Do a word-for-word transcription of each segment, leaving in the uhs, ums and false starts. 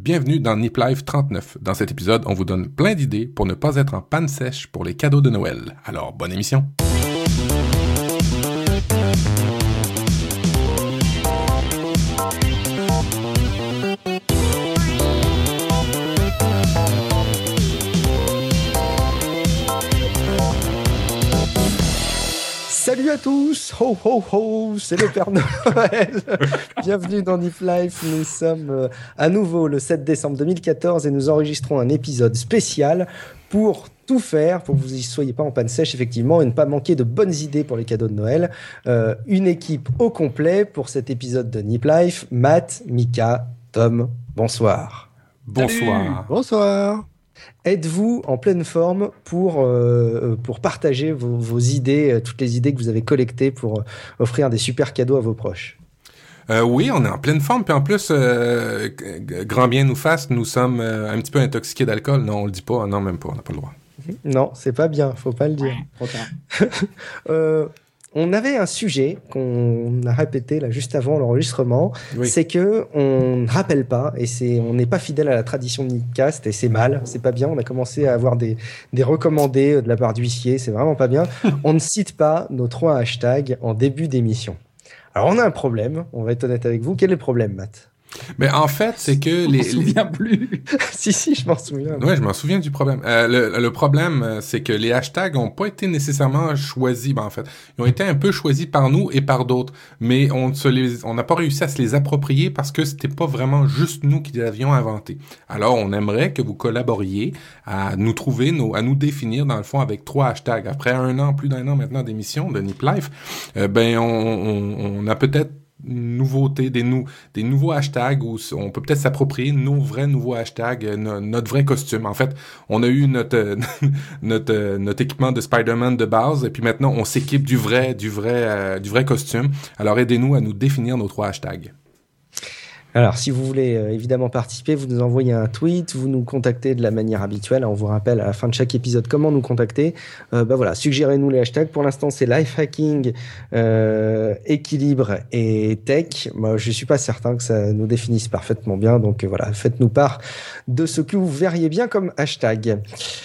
bienvenue dans Nip Life trente-neuf. Dans cet épisode, on vous donne plein d'idées pour ne pas être en panne sèche pour les cadeaux de Noël. Alors, bonne émission! Salut à tous, ho ho ho, c'est le Père Noël. Bienvenue dans Nip Life. Nous sommes euh, à nouveau le sept décembre deux mille quatorze et nous enregistrons un épisode spécial pour tout faire, pour que vous n'y soyez pas en panne sèche effectivement et ne pas manquer de bonnes idées pour les cadeaux de Noël. Euh, une équipe au complet pour cet épisode de Nip Life. Matt, Mika, Tom, bonsoir. Bonsoir. Salut. Bonsoir. Êtes-vous en pleine forme pour, euh, pour partager vos, vos idées, toutes les idées que vous avez collectées pour offrir des super cadeaux à vos proches? Euh, oui, on est en pleine forme, puis en plus, euh, grand bien nous fasse, nous sommes euh, un petit peu intoxiqués d'alcool. Non, on le dit pas, non, même pas, on n'a pas le droit. Non, c'est pas bien, faut pas le dire. euh, on avait un sujet qu'on a répété là juste avant l'enregistrement, oui. C'est que on ne rappelle pas et c'est on n'est pas fidèle à la tradition de Nipcast et c'est mal, c'est pas bien. On a commencé à avoir des des recommandés de la part d'huissier, c'est vraiment pas bien. On ne cite pas nos trois hashtags en début d'émission. Alors on a un problème, on va être honnête avec vous. Quel est le problème, Matt? Mais en fait, c'est que je les... m'en souviens plus. si, si, je m'en souviens. Oui, je m'en souviens du problème. Euh, le, le problème, c'est que les hashtags n'ont pas été nécessairement choisis. Ben, en fait, ils ont été un peu choisis par nous et par d'autres. Mais on se les, on n'a pas réussi à se les approprier parce que c'était pas vraiment juste nous qui les avions inventés. Alors, on aimerait que vous collaboriez à nous trouver, nos, à nous définir, dans le fond, avec trois hashtags. Après un an, plus d'un an maintenant d'émission de Nip Life, euh, ben, on, on, on a peut-être une nouveauté, des, nou- des nouveaux hashtags où on peut peut-être s'approprier nos vrais nouveaux hashtags, no- notre vrai costume. En fait, on a eu notre notre notre équipement de Spider-Man de base et puis maintenant on s'équipe du vrai du vrai euh, du vrai costume. Alors aidez-nous à nous définir nos trois hashtags. Alors, si vous voulez euh, évidemment participer, vous nous envoyez un tweet, vous nous contactez de la manière habituelle. On vous rappelle à la fin de chaque épisode comment nous contacter. Euh, bah voilà, suggérez-nous les hashtags. Pour l'instant, c'est lifehacking, euh, équilibre et tech. Moi, je suis pas certain que ça nous définisse parfaitement bien. Donc euh, voilà, faites-nous part de ce que vous verriez bien comme hashtag.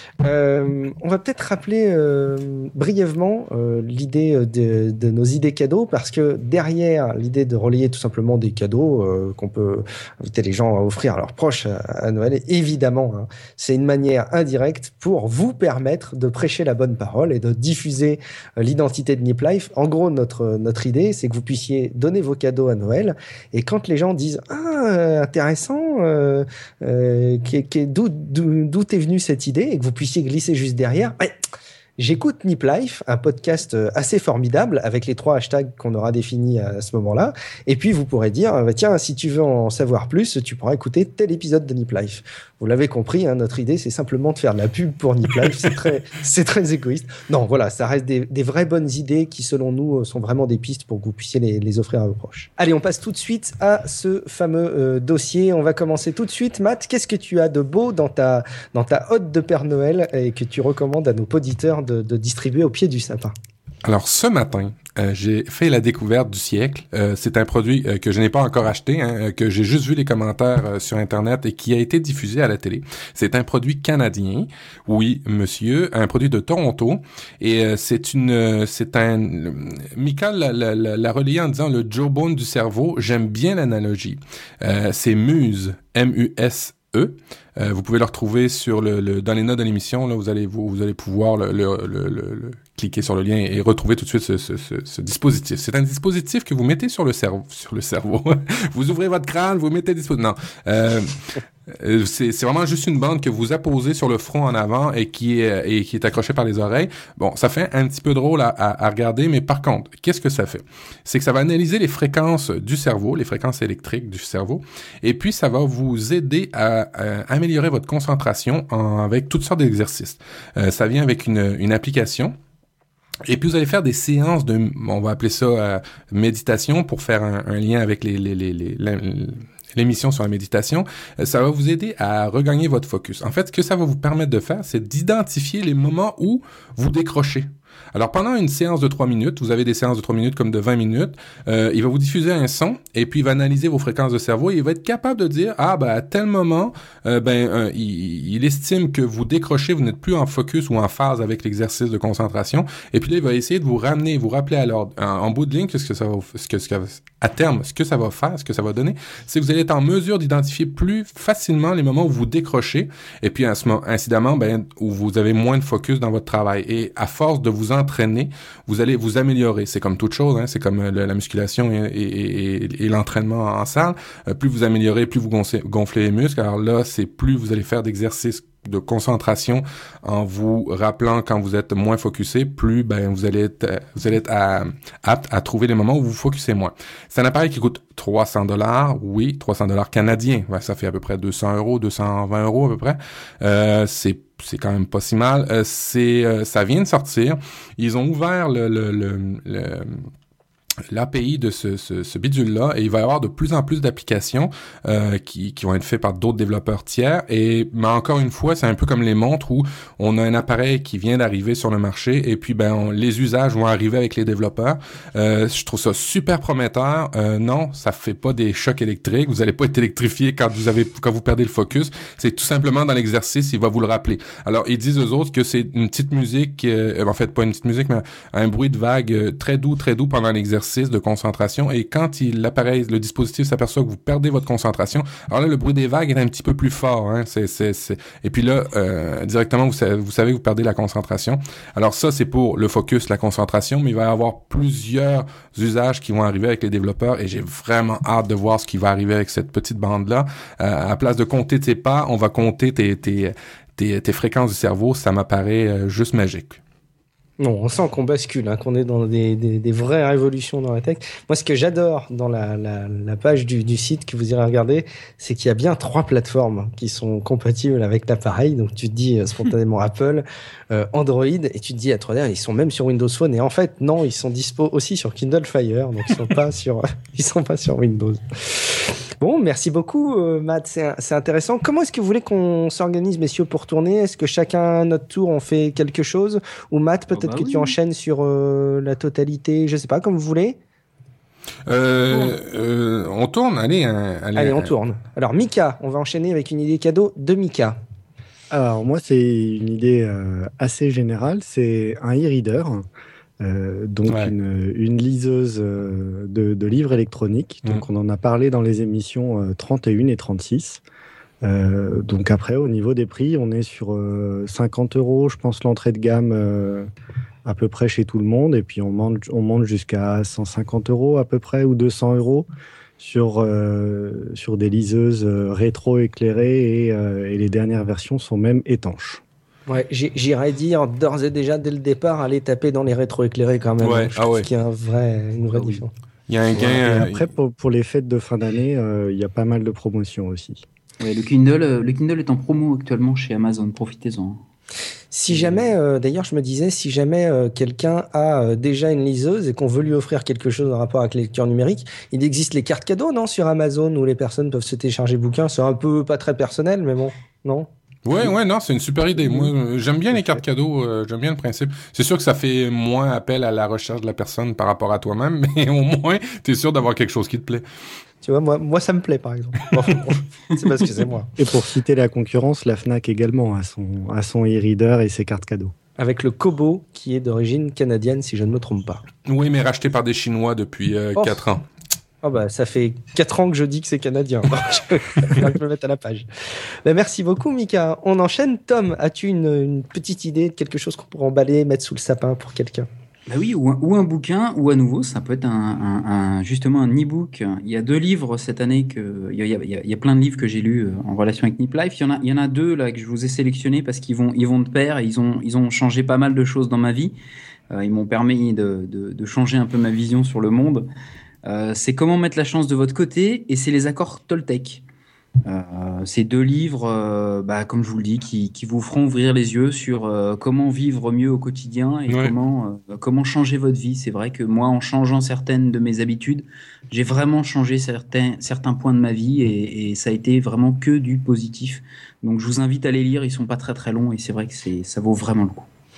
Euh, on va peut-être rappeler euh, brièvement euh, l'idée de, de nos idées cadeaux, parce que derrière l'idée de relayer tout simplement des cadeaux euh, qu'on peut inviter les gens à offrir à leurs proches à, à Noël, évidemment, hein, c'est une manière indirecte pour vous permettre de prêcher la bonne parole et de diffuser euh, l'identité de Nip Life. En gros, notre, notre idée, c'est que vous puissiez donner vos cadeaux à Noël, et quand les gens disent « Ah, intéressant, euh, euh, qu'est, qu'est, d'où, d'où, d'où t'es venue cette idée ?» et que vous puissiez glisser juste derrière, ouais, j'écoute Nip Life, un podcast assez formidable avec les trois hashtags qu'on aura définis à ce moment-là. Et puis, vous pourrez dire, bah, tiens, si tu veux en savoir plus, tu pourras écouter tel épisode de Nip Life. Vous l'avez compris, hein, notre idée, c'est simplement de faire de la pub pour Nip Life. C'est très, c'est très égoïste. Non, voilà, ça reste des, des vraies bonnes idées qui, selon nous, sont vraiment des pistes pour que vous puissiez les, les offrir à vos proches. Allez, on passe tout de suite à ce fameux euh, dossier. On va commencer tout de suite. Matt, qu'est-ce que tu as de beau dans ta, dans ta hotte de Père Noël et que tu recommandes à nos auditeurs de, de distribuer au pied du sapin? Alors, ce matin, euh, j'ai fait la découverte du siècle. Euh, c'est un produit euh, que je n'ai pas encore acheté, hein, que j'ai juste vu les commentaires euh, sur Internet et qui a été diffusé à la télé. C'est un produit canadien, oui, monsieur, un produit de Toronto. Et euh, c'est une, c'est un... Mika l'a, l'a, l'a relayé en disant le jawbone du cerveau. J'aime bien l'analogie. Euh, c'est Muse, M U S E. Euh, vous pouvez le retrouver sur le, le dans les notes de l'émission. Là, vous allez vous, vous allez pouvoir le, le, le, le, le cliquer sur le lien et retrouver tout de suite ce, ce, ce, ce dispositif. C'est un dispositif que vous mettez sur le cerveau, sur le cerveau. Vous ouvrez votre crâne, vous mettez le dispositif. Non, euh, c'est, c'est vraiment juste une bande que vous apposez sur le front en avant et qui est et qui est accrochée par les oreilles. Bon, ça fait un petit peu drôle à, à, à regarder, mais par contre, qu'est-ce que ça fait? C'est que ça va analyser les fréquences du cerveau, les fréquences électriques du cerveau, et puis ça va vous aider à, à améliorer votre concentration en, avec toutes sortes d'exercices. Euh, ça vient avec une, une application. Et puis vous allez faire des séances de, on va appeler ça euh, méditation pour faire un, un lien avec les, les, les, les, les l'émission sur la méditation. Ça va vous aider à regagner votre focus. En fait, ce que ça va vous permettre de faire, c'est d'identifier les moments où vous décrochez. Alors, pendant une séance de trois minutes, vous avez des séances de trois minutes comme de vingt minutes, euh, il va vous diffuser un son et puis il va analyser vos fréquences de cerveau et il va être capable de dire, ah, ben, à tel moment, euh, ben, euh, il, il estime que vous décrochez, vous n'êtes plus en focus ou en phase avec l'exercice de concentration. Et puis là, il va essayer de vous ramener, vous rappeler à l'ordre. En, en bout de ligne, ce que ça va, ce que, ce que, à terme, ce que ça va faire, ce que ça va donner, c'est que vous allez être en mesure d'identifier plus facilement les moments où vous décrochez et puis, à ce moment, incidemment, ben, où vous avez moins de focus dans votre travail. Et à force de vous entraîner, vous allez vous améliorer. C'est comme toute chose, hein, c'est comme le, la musculation et, et, et, et l'entraînement en salle. Euh, plus vous améliorez, plus vous gonflez, gonflez les muscles. Alors là, c'est plus vous allez faire d'exercices de concentration en vous rappelant quand vous êtes moins focusé, plus ben vous allez être vous allez être à, apte à trouver les moments où vous vous focussez moins. C'est un appareil qui coûte trois cents dollars, oui, trois cents dollars canadiens. Ouais, ça fait à peu près deux cents euros, deux cent vingt euros à peu près. Euh, c'est c'est quand même pas si mal. Euh, c'est euh, ça vient de sortir. Ils ont ouvert le le le, le l'A P I de ce, ce, ce bidule-là, et il va y avoir de plus en plus d'applications euh, qui, qui vont être faites par d'autres développeurs tiers. Et mais encore une fois, c'est un peu comme les montres où on a un appareil qui vient d'arriver sur le marché, et puis ben on, les usages vont arriver avec les développeurs. Euh, je trouve ça super prometteur. Euh, non, ça fait pas des chocs électriques. Vous allez pas être électrifié quand vous avez quand vous perdez le focus. C'est tout simplement dans l'exercice, il va vous le rappeler. Alors ils disent eux autres que c'est une petite musique, euh, en fait pas une petite musique, mais un bruit de vague euh, très doux, très doux pendant l'exercice de concentration, et quand il l'appareil, le dispositif s'aperçoit que vous perdez votre concentration, alors là le bruit des vagues est un petit peu plus fort, hein, c'est c'est c'est et puis là euh, directement vous savez, vous savez que vous perdez la concentration. Alors ça c'est pour le focus, la concentration, mais il va y avoir plusieurs usages qui vont arriver avec les développeurs, et j'ai vraiment hâte de voir ce qui va arriver avec cette petite bande là. Euh, à place de compter tes pas, on va compter tes tes tes, tes fréquences du cerveau. Ça m'apparaît euh, juste magique. Non, on sent qu'on bascule, hein, qu'on est dans des, des, des vraies révolutions dans la tech. Moi, ce que j'adore dans la, la, la page du, du site que vous irez regarder, c'est qu'il y a bien trois plateformes qui sont compatibles avec l'appareil. Donc, tu te dis euh, spontanément Apple, euh, Android, et tu te dis à trois D, ils sont même sur Windows Phone. Et en fait, non, ils sont dispo aussi sur Kindle Fire. Donc, ils sont pas sur, ils sont pas sur Windows. Bon, merci beaucoup, euh, Matt. C'est, c'est intéressant. Comment est-ce que vous voulez qu'on s'organise, messieurs, pour tourner? Est-ce que chacun à notre tour on fait quelque chose? Ou Matt, peut-être oh bah que oui. tu enchaînes sur euh, la totalité, je sais pas, comme vous voulez. Euh, euh, on tourne, allez. Euh, allez, allez, on euh... tourne. Alors, Mika, on va enchaîner avec une idée cadeau de Mika. Alors, moi, c'est une idée euh, assez générale. C'est un e-reader. Euh, donc ouais. une, une liseuse euh, de, de livres électroniques. Donc mmh. on en a parlé dans les émissions euh, trente et une et trente-six. Euh, donc après, au niveau des prix, on est sur euh, cinquante euros, je pense, l'entrée de gamme euh, à peu près chez tout le monde. Et puis on monte, on monte jusqu'à cent cinquante euros à peu près, ou deux cents euros sur, euh, sur des liseuses euh, rétro-éclairées, et, euh, et les dernières versions sont même étanches. Ouais, j'irais dire d'ores et déjà dès le départ aller taper dans les rétroéclairés quand même. Ouais, je ah trouve ouais. qu'il y a un vrai, une vraie ah oui. différence. Il y a un gain. Ouais, euh, après, pour, pour les fêtes de fin d'année, euh, il y a pas mal de promotions aussi. Ouais, le Kindle, le Kindle est en promo actuellement chez Amazon. Profitez-en. Si jamais, euh, d'ailleurs, je me disais, si jamais euh, quelqu'un a euh, déjà une liseuse et qu'on veut lui offrir quelque chose en rapport avec la lecture numérique, il existe les cartes cadeaux, non, sur Amazon, où les personnes peuvent se télécharger bouquins. C'est un peu pas très personnel, mais bon, non? Ouais, ouais, non, c'est une super idée. Moi, j'aime bien les cartes cadeaux, euh, j'aime bien le principe. C'est sûr que ça fait moins appel à la recherche de la personne par rapport à toi-même, mais au moins, t'es sûr d'avoir quelque chose qui te plaît. Tu vois, moi, moi ça me plaît, par exemple. Bon, c'est parce que c'est moi. Et pour citer la concurrence, la Fnac également a son, a son e-reader et ses cartes cadeaux. Avec le Kobo, qui est d'origine canadienne, si je ne me trompe pas. Oui, mais racheté par des Chinois depuis euh, oh. quatre ans. Oh bah, ça fait quatre ans que je dis que c'est canadien. Donc je vais me mettre à la page. Mais merci beaucoup, Mika. On enchaîne. Tom, as-tu une, une petite idée de quelque chose qu'on pourrait emballer, mettre sous le sapin pour quelqu'un? Bah oui, ou un, ou un bouquin, ou à nouveau, ça peut être un, un, un, justement un e-book. Il y a deux livres cette année, que, il, y a, il, y a, il y a plein de livres que j'ai lus en relation avec Nip Life. Il y en a, il y en a deux là, que je vous ai sélectionnés parce qu'ils vont, ils vont de pair et ils ont, ils ont changé pas mal de choses dans ma vie. Euh, ils m'ont permis de, de, de changer un peu ma vision sur le monde. Euh, c'est Comment mettre la chance de votre côté, et c'est Les accords Toltec. Euh, ces deux livres, euh, bah, comme je vous le dis, qui, qui vous feront ouvrir les yeux sur euh, comment vivre mieux au quotidien et ouais. comment, euh, comment changer votre vie. C'est vrai que moi, en changeant certaines de mes habitudes, j'ai vraiment changé certains, certains points de ma vie, et, et ça a été vraiment que du positif. Donc je vous invite à les lire, ils sont pas très très longs, et c'est vrai que c'est, ça vaut vraiment le coup.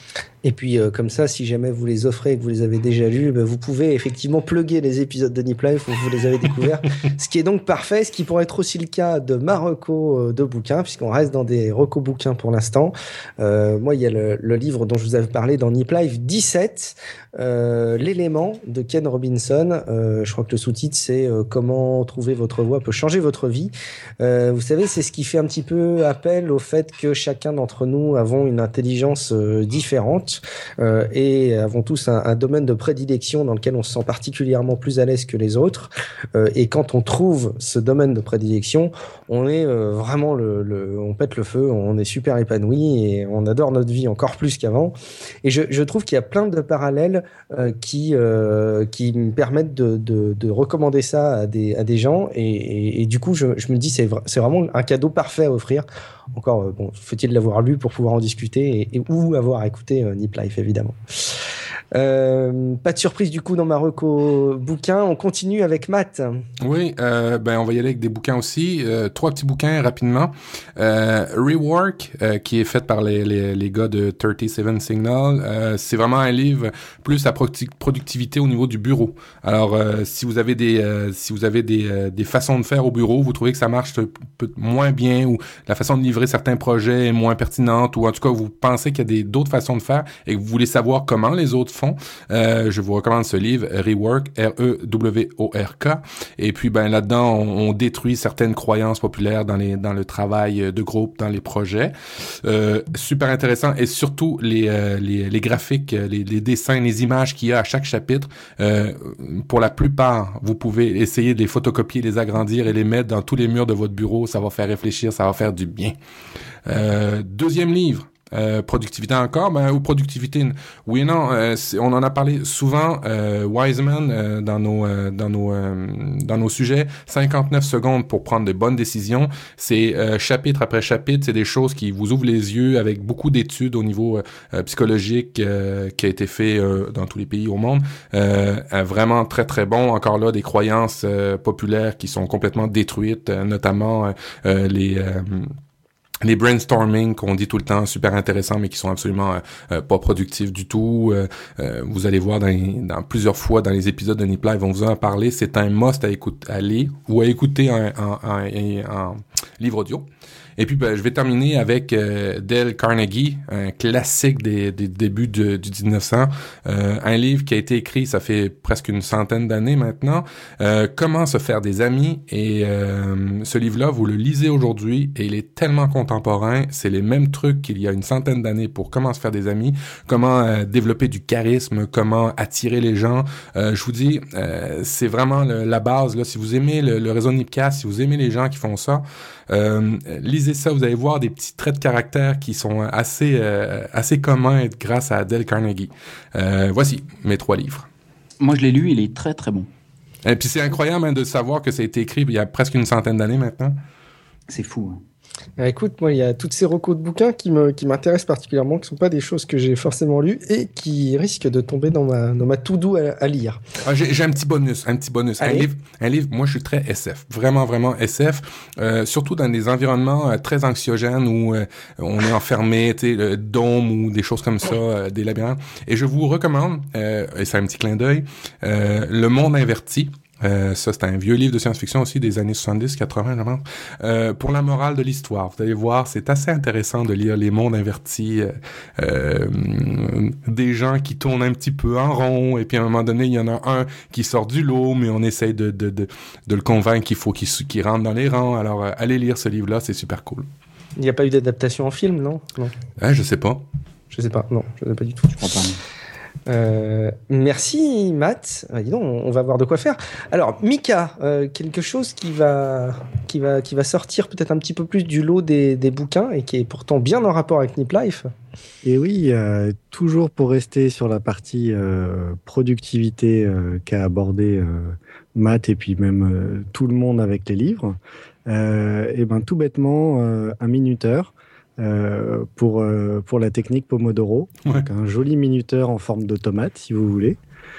Et puis, euh, comme ça, si jamais vous les offrez et que vous les avez déjà lus, bah, vous pouvez effectivement plugger les épisodes de Nip Life où vous les avez découverts. Ce qui est donc parfait, ce qui pourrait être aussi le cas de ma reco de bouquins, puisqu'on reste dans des reco bouquins pour l'instant. Euh, moi, il y a le, le livre dont je vous avais parlé dans Nip Life dix-sept, euh, L'élément de Ken Robinson. Euh, je crois que le sous-titre, c'est euh, Comment trouver votre voie peut changer votre vie. Euh, vous savez, c'est ce qui fait un petit peu appel au fait que chacun d'entre nous avons une intelligence euh, différente. Euh, et avons tous un, un domaine de prédilection dans lequel on se sent particulièrement plus à l'aise que les autres. Euh, et quand on trouve ce domaine de prédilection, on est euh, vraiment le, le, on pète le feu, on est super épanoui et on adore notre vie encore plus qu'avant. Et je, je trouve qu'il y a plein de parallèles euh, qui euh, qui me permettent de, de, de recommander ça à des à des gens. Et, et, et du coup, je, je me dis c'est c'est vraiment un cadeau parfait à offrir. Encore, bon, faut-il l'avoir lu pour pouvoir en discuter et, et ou avoir écouté euh, Nip Life, évidemment. Euh, pas de surprise du coup dans ma reco bouquin. On continue avec Matt. Oui, euh, ben on va y aller avec des bouquins aussi. Euh, trois petits bouquins rapidement. Euh, Rework, euh, qui est fait par les, les, les gars de trente-sept Signal. Euh, c'est vraiment un livre plus à produ- productivité au niveau du bureau. Alors, euh, si vous avez des euh, si vous avez des, euh, des façons de faire au bureau, vous trouvez que ça marche un peu moins bien ou la façon de livrer certains projets est moins pertinente ou en tout cas vous pensez qu'il y a des d'autres façons de faire et que vous voulez savoir comment les autres font, euh, je vous recommande ce livre, Rework, R E W O R K. Et puis, ben là-dedans, on, on détruit certaines croyances populaires dans les dans le travail de groupe, dans les projets. Euh, super intéressant et surtout les euh, les, les graphiques, les, les dessins, les images qu'il y a à chaque chapitre. Euh, pour la plupart, vous pouvez essayer de les photocopier, les agrandir et les mettre dans tous les murs de votre bureau. Ça va faire réfléchir, ça va faire du bien. Euh, deuxième livre. Euh, productivité encore, ben, ou productivité, oui et non, euh, on en a parlé souvent, euh, Wiseman, euh, dans nos, euh, dans nos, euh, dans nos sujets, cinquante-neuf secondes pour prendre de bonnes décisions, c'est euh, chapitre après chapitre, c'est des choses qui vous ouvrent les yeux avec beaucoup d'études au niveau euh, psychologique euh, qui a été fait euh, dans tous les pays au monde, euh, vraiment très très bon, encore là, des croyances euh, populaires qui sont complètement détruites, euh, notamment euh, euh, les... Euh, les brainstorming qu'on dit tout le temps, super intéressants, mais qui sont absolument euh, pas productifs du tout. Euh, euh, vous allez voir dans, les, dans plusieurs fois dans les épisodes de Nip Live, on vous en a parlé. C'est un must à écouter, à lire ou à écouter en, en, en, en livre audio. Et puis, ben, je vais terminer avec euh, Dale Carnegie, un classique des, des débuts de, du dix-neuf cents, euh, un livre qui a été écrit, ça fait presque une centaine d'années maintenant, euh, Comment se faire des amis. Et euh, ce livre-là, vous le lisez aujourd'hui et il est tellement contemporain. C'est les mêmes trucs qu'il y a une centaine d'années pour comment se faire des amis, comment euh, développer du charisme, comment attirer les gens. Euh, je vous dis, euh, c'est vraiment le, la base. Là, si vous aimez le, le réseau Nipcast, si vous aimez les gens qui font ça, euh, lisez ça, vous allez voir des petits traits de caractère qui sont assez euh, assez communs grâce à Dale Carnegie. Euh, voici mes trois livres. Moi, je l'ai lu, il est très très bon. Et puis c'est incroyable hein, de savoir que ça a été écrit il y a presque une centaine d'années maintenant. C'est fou. Hein. Ah, écoute, moi, il y a toutes ces recos de bouquins qui me qui m'intéressent particulièrement, qui sont pas des choses que j'ai forcément lues et qui risquent de tomber dans ma dans ma to-do à, à lire. Ah, j'ai, j'ai un petit bonus, un petit bonus. Un livre, un livre. Moi, je suis très S F, vraiment, vraiment S F. Euh, surtout dans des environnements euh, très anxiogènes où euh, on est enfermé, tu sais, le dôme ou des choses comme ça, euh, des labyrinthes. Et je vous recommande, euh, et c'est un petit clin d'œil, euh, Le Monde inverti. Euh, ça, c'est un vieux livre de science-fiction aussi des années soixante-dix quatre-vingts, je pense. Euh, pour la morale de l'histoire. Vous allez voir, c'est assez intéressant de lire les mondes invertis, euh, euh, des gens qui tournent un petit peu en rond, et puis à un moment donné, il y en a un qui sort du lot, mais on essaye de, de, de, de le convaincre qu'il faut qu'il, qu'il rentre dans les rangs. Alors, euh, allez lire ce livre-là, c'est super cool. Il n'y a pas eu d'adaptation en film, non? Non. Euh, je sais pas. Je sais pas, non, je sais pas du tout. Je crois pas. Euh, merci Matt. Ah, dis donc, on va voir de quoi faire. Alors Mika, euh, quelque chose qui va, qui va, qui va sortir peut-être un petit peu plus du lot des, des bouquins et qui est pourtant bien en rapport avec Nip Life. Et oui, euh, toujours pour rester sur la partie euh, productivité euh, qu'a abordé euh, Matt et puis même euh, tout le monde avec les livres. Euh, et ben tout bêtement euh, un minuteur. Euh, pour, euh, pour la technique Pomodoro. Ouais. Donc un joli minuteur en forme d'automate, si vous voulez.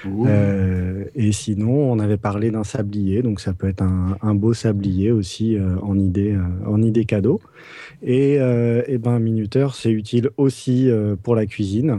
Euh, et sinon, on avait parlé d'un sablier, donc ça peut être un, un beau sablier aussi euh, en, idée, euh, en idée cadeau. Et, euh, et ben, un minuteur, c'est utile aussi euh, pour la cuisine.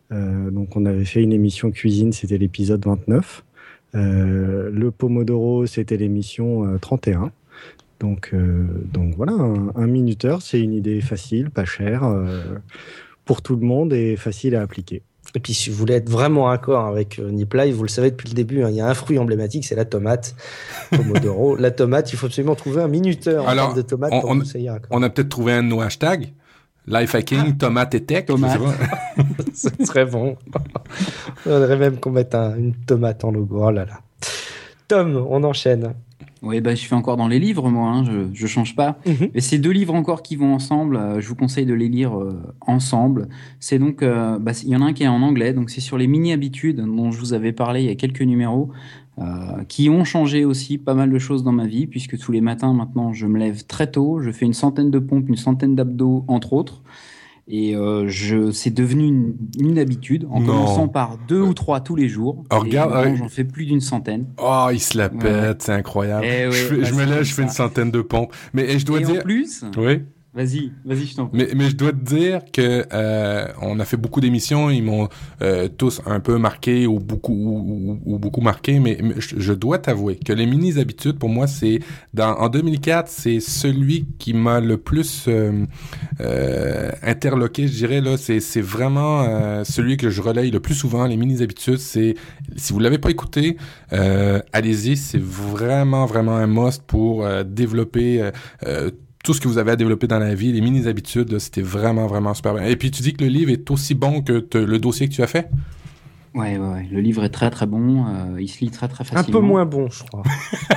Euh, donc on avait fait une émission cuisine, c'était l'épisode vingt-neuf. Euh, le Pomodoro, c'était l'émission euh, trente et un. Donc, euh, donc voilà, un, un minuteur, c'est une idée facile, pas chère, euh, pour tout le monde et facile à appliquer. Et puis, si vous voulez être vraiment raccord avec euh, Nip Live, vous le savez depuis le début, hein, il y a un fruit emblématique, c'est la tomate. Pomodoro. La tomate, il faut absolument trouver un minuteur Alors, en termes de tomate on, pour on, que vous soyez raccord. On a peut-être trouvé un de nos hashtags. Lifehacking, ah, tomate et tech. Tomate. Ce serait bon. On voudrait même qu'on mette un, une tomate en logo. Oh là là. Tom, on enchaîne. Oui, bah, je suis encore dans les livres, moi, hein, je ne change pas. Mm-hmm. Et ces deux livres encore qui vont ensemble, euh, je vous conseille de les lire euh, ensemble. C'est donc, euh, bah, il y en a un qui est en anglais, donc c'est sur les mini-habitudes dont je vous avais parlé il y a quelques numéros, euh, qui ont changé aussi pas mal de choses dans ma vie, puisque tous les matins, maintenant, je me lève très tôt, je fais une centaine de pompes, une centaine d'abdos, entre autres. Et euh, je, c'est devenu une, une habitude, en non. commençant par deux ou trois tous les jours. Oh, regarde, maintenant, j'en fais plus d'une centaine. Oh, il se la pète, ouais. C'est incroyable. Eh je, ouais, je me lève, je fais une centaine de pompes. Mais et je dois et dire. En plus. Oui. Vas-y, vas-y, je t'en prie. Mais, mais je dois te dire que euh, on a fait beaucoup d'émissions, ils m'ont euh, tous un peu marqué ou beaucoup ou, ou, ou beaucoup marqué, mais, mais je, je dois t'avouer que les mini habitudes pour moi c'est dans en deux mille quatre c'est celui qui m'a le plus euh, euh, interloqué, je dirais là, c'est c'est vraiment euh, celui que je relaye le plus souvent. Les mini habitudes, c'est si vous l'avez pas écouté, euh, allez-y, c'est vraiment vraiment un must pour euh, développer euh, euh, tout ce que vous avez à développer dans la vie, les mini-habitudes, là, c'était vraiment, vraiment super bien. Et puis, tu dis que le livre est aussi bon que te, le dossier que tu as fait? Ouais, ouais, ouais. Le livre est très, très bon. Euh, il se lit très, très facilement. Un peu moins bon, je crois.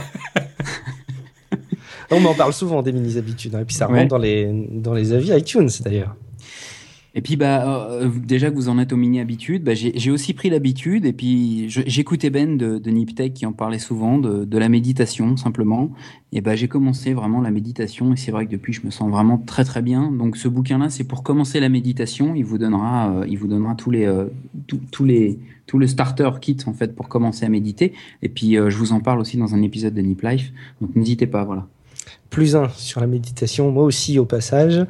On en parle souvent des mini-habitudes. Hein, et puis, ça remonte ouais. dans, les, dans les avis iTunes, d'ailleurs. Et puis, bah, euh, déjà que vous en êtes aux mini-habitudes, bah, j'ai, j'ai aussi pris l'habitude, et puis je, j'écoutais Ben de, de Niptech qui en parlait souvent, de, de la méditation, simplement. Et bah, j'ai commencé vraiment la méditation, et c'est vrai que depuis, je me sens vraiment très très bien. Donc, ce bouquin-là, c'est pour commencer la méditation. Il vous donnera, euh, il vous donnera tous les, euh, tous, tous les, tout le starter kit, en fait, pour commencer à méditer. Et puis, euh, je vous en parle aussi dans un épisode de Nip Life. Donc, n'hésitez pas, voilà. Plus un sur la méditation, moi aussi au passage.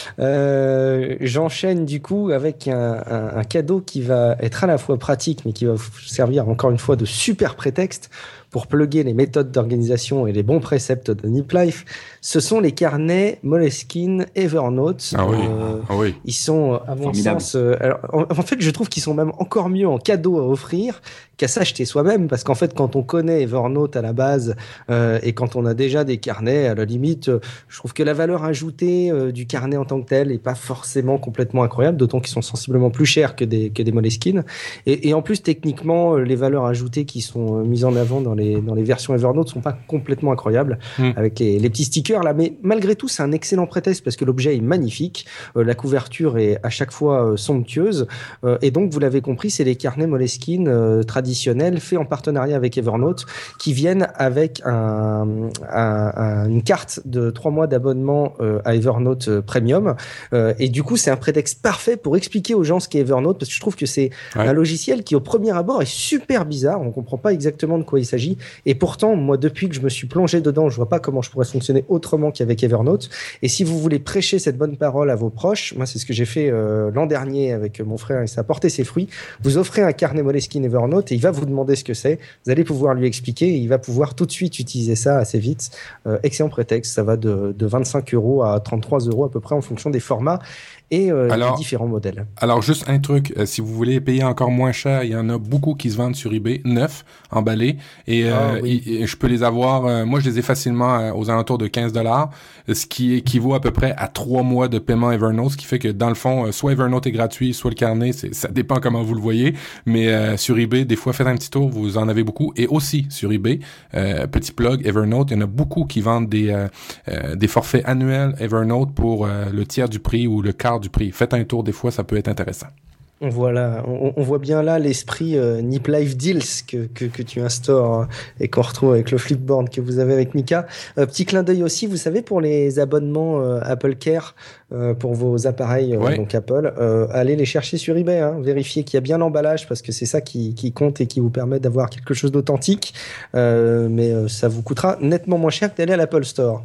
Euh, j'enchaîne du coup avec un, un, un cadeau qui va être à la fois pratique, mais qui va vous servir encore une fois de super prétexte pour plugger les méthodes d'organisation et les bons préceptes de Nip Life. Ce sont les carnets Moleskine Evernote. Ah oui, euh, ah oui. Ils sont, à mon Formidable. sens... Euh, alors, en, en fait, je trouve qu'ils sont même encore mieux en cadeau à offrir qu'à s'acheter soi-même, parce qu'en fait, quand on connaît Evernote à la base euh, et quand on a déjà des carnets, à la limite, euh, je trouve que la valeur ajoutée euh, du carnet en tant que tel n'est pas forcément complètement incroyable, d'autant qu'ils sont sensiblement plus chers que des, que des Moleskine. Et, et en plus, techniquement, les valeurs ajoutées qui sont mises en avant dans les dans les versions Evernote sont pas complètement incroyables mmh. avec les, les petits stickers là, mais malgré tout c'est un excellent prétexte parce que l'objet est magnifique, euh, la couverture est à chaque fois euh, somptueuse euh, et donc vous l'avez compris, c'est les carnets Moleskine euh, traditionnels faits en partenariat avec Evernote qui viennent avec un, un, un, une carte de trois mois d'abonnement euh, à Evernote euh, Premium euh, et du coup c'est un prétexte parfait pour expliquer aux gens ce qu'est Evernote parce que je trouve que c'est ouais. un logiciel qui au premier abord est super bizarre, on comprend pas exactement de quoi il s'agit. Et pourtant, moi, depuis que je me suis plongé dedans, je vois pas comment je pourrais fonctionner autrement qu'avec Evernote. Et si vous voulez prêcher cette bonne parole à vos proches, moi, c'est ce que j'ai fait euh, l'an dernier avec mon frère et ça a porté ses fruits. Vous offrez un carnet Moleskine Evernote et il va vous demander ce que c'est. Vous allez pouvoir lui expliquer et il va pouvoir tout de suite utiliser ça assez vite. Euh, excellent prétexte. Ça va de, de vingt-cinq euros à trente-trois euros à peu près en fonction des formats et euh, alors, des différents modèles. Alors, juste un truc, euh, si vous voulez payer encore moins cher, il y en a beaucoup qui se vendent sur eBay, neufs, emballés, et, euh, ah, oui. et, et je peux les avoir, euh, moi je les ai facilement euh, aux alentours de quinze dollars, ce qui équivaut à peu près à trois mois de paiement Evernote, ce qui fait que dans le fond, euh, soit Evernote est gratuit, soit le carnet, c'est, ça dépend comment vous le voyez, mais euh, sur eBay, des fois, faites un petit tour, vous en avez beaucoup, et aussi sur eBay, euh, petit plug, Evernote, il y en a beaucoup qui vendent des, euh, euh, des forfaits annuels Evernote pour euh, le tiers du prix ou le quart du prix. Faites un tour, des fois, ça peut être intéressant. On voit, là, on, on voit bien là l'esprit euh, Nip Life Deals que, que, que tu instaures euh, et qu'on retrouve avec le Flipboard que vous avez avec Mika. Euh, petit clin d'œil aussi, vous savez, pour les abonnements euh, Apple Care euh, pour vos appareils, euh, ouais. donc Apple, euh, allez les chercher sur eBay, hein, vérifiez qu'il y a bien l'emballage parce que c'est ça qui, qui compte et qui vous permet d'avoir quelque chose d'authentique. Euh, mais euh, ça vous coûtera nettement moins cher que d'aller à l'Apple Store.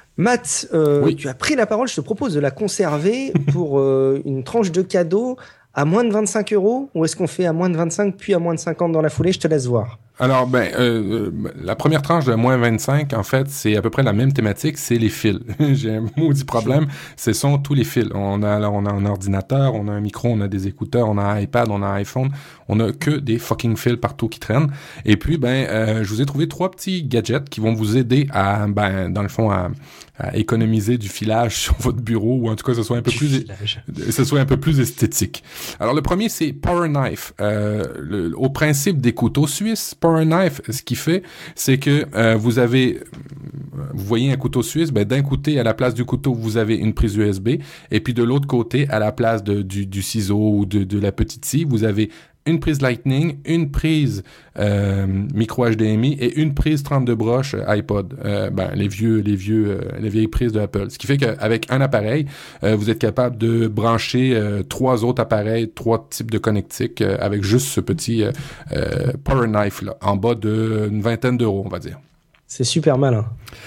Matt, euh, oui. tu as pris la parole, je te propose de la conserver pour euh, une tranche de cadeau à moins de vingt-cinq euros ou est-ce qu'on fait à moins de vingt-cinq puis à moins de cinquante dans la foulée? Je te laisse voir. Alors, ben, euh, la première tranche de moins vingt-cinq, en fait, c'est à peu près la même thématique, c'est les fils. J'ai un maudit problème, ce sont tous les fils. On a, alors, on a un ordinateur, on a un micro, on a des écouteurs, on a un iPad, on a un iPhone, on a que des fucking fils partout qui traînent. Et puis, ben, euh, je vous ai trouvé trois petits gadgets qui vont vous aider à, ben, dans le fond, à, à économiser du filage sur votre bureau, ou en tout cas, ce soit un peu Du plus, filage. ce soit un peu plus esthétique. Alors, le premier, c'est Power Knife. Euh, le, au principe des couteaux suisses, Power Knife, ce qu'il fait, c'est que euh, vous avez, vous voyez un couteau suisse, ben d'un côté, à la place du couteau, vous avez une prise U S B, et puis de l'autre côté, à la place de, du, du ciseau ou de, de la petite scie, vous avez une prise Lightning, une prise euh, micro H D M I et une prise trente-deux broches euh, iPod. Euh, ben les vieux, les vieux, euh, les vieilles prises de Apple. Ce qui fait qu'avec un appareil, euh, vous êtes capable de brancher euh, trois autres appareils, trois types de connectiques euh, avec juste ce petit euh, euh, Power Knife là, en bas d'une vingtaine d'euros, on va dire. C'est super malin.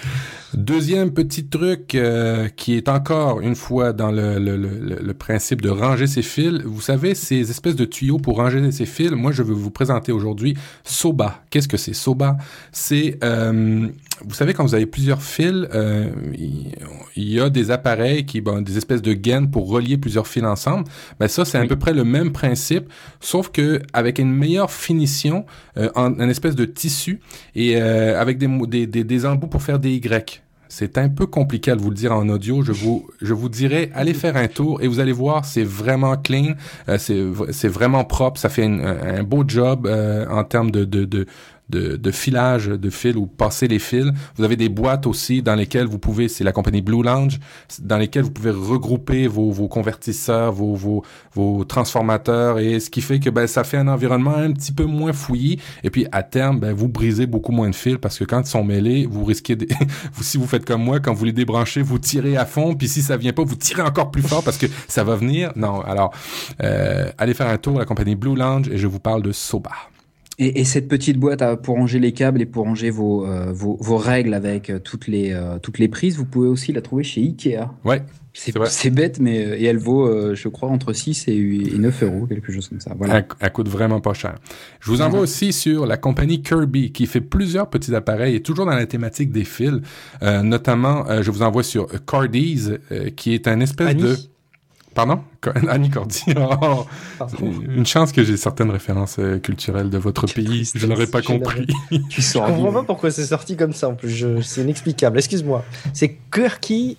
Deuxième petit truc euh, qui est encore une fois dans le, le, le, le principe de ranger ses fils. Vous savez, ces espèces de tuyaux pour ranger ses fils, moi je vais vous présenter aujourd'hui Soba. Qu'est-ce que c'est Soba? C'est, euh, vous savez, quand vous avez plusieurs fils, euh, il, il y a des appareils, qui, bon, des espèces de gaines pour relier plusieurs fils ensemble. Ben ça, c'est oui. à peu près le même principe, sauf que avec une meilleure finition, euh, en une espèce de tissu et euh, avec des, des, des, des embouts pour faire des Y. C'est un peu compliqué à vous le dire en audio. Je vous, je vous dirais, allez faire un tour et vous allez voir, c'est vraiment clean, euh, c'est, c'est vraiment propre. Ça fait une, un, un beau job euh, en termes de, de, de, de, de filage de fils ou passer les fils. Vous avez des boîtes aussi dans lesquelles vous pouvez, c'est la compagnie Blue Lounge, dans lesquelles vous pouvez regrouper vos, vos convertisseurs, vos, vos, vos transformateurs et ce qui fait que ben ça fait un environnement un petit peu moins fouillis. Et puis à terme, ben vous brisez beaucoup moins de fils parce que quand ils sont mêlés, vous risquez de... si vous faites comme moi, quand vous les débranchez, vous tirez à fond, puis si ça vient pas, vous tirez encore plus fort parce que ça va venir. Non, alors euh, allez faire un tour à la compagnie Blue Lounge et je vous parle de Soba. Et, et cette petite boîte à, pour ranger les câbles et pour ranger vos, euh, vos, vos règles avec euh, toutes, les, euh, toutes les prises, vous pouvez aussi la trouver chez Ikea. Ouais. C'est, c'est, c'est bête, mais et elle vaut, euh, je crois, entre six et neuf euros, quelque chose comme ça. Voilà. Elle, elle coûte vraiment pas cher. Je vous envoie mmh. aussi sur la compagnie Kirby, qui fait plusieurs petits appareils et toujours dans la thématique des fils. Euh, notamment, euh, je vous envoie sur Cardies, euh, qui est un espèce Annie. de... Pardon? Annie Cordy. Oh, une chance que j'ai certaines références euh, culturelles de votre Quelle pays. tristesse, Je n'aurais pas compris. Tu je comprends pas pourquoi c'est sorti comme ça. En plus, je... c'est inexplicable. Excuse-moi. C'est Kirky,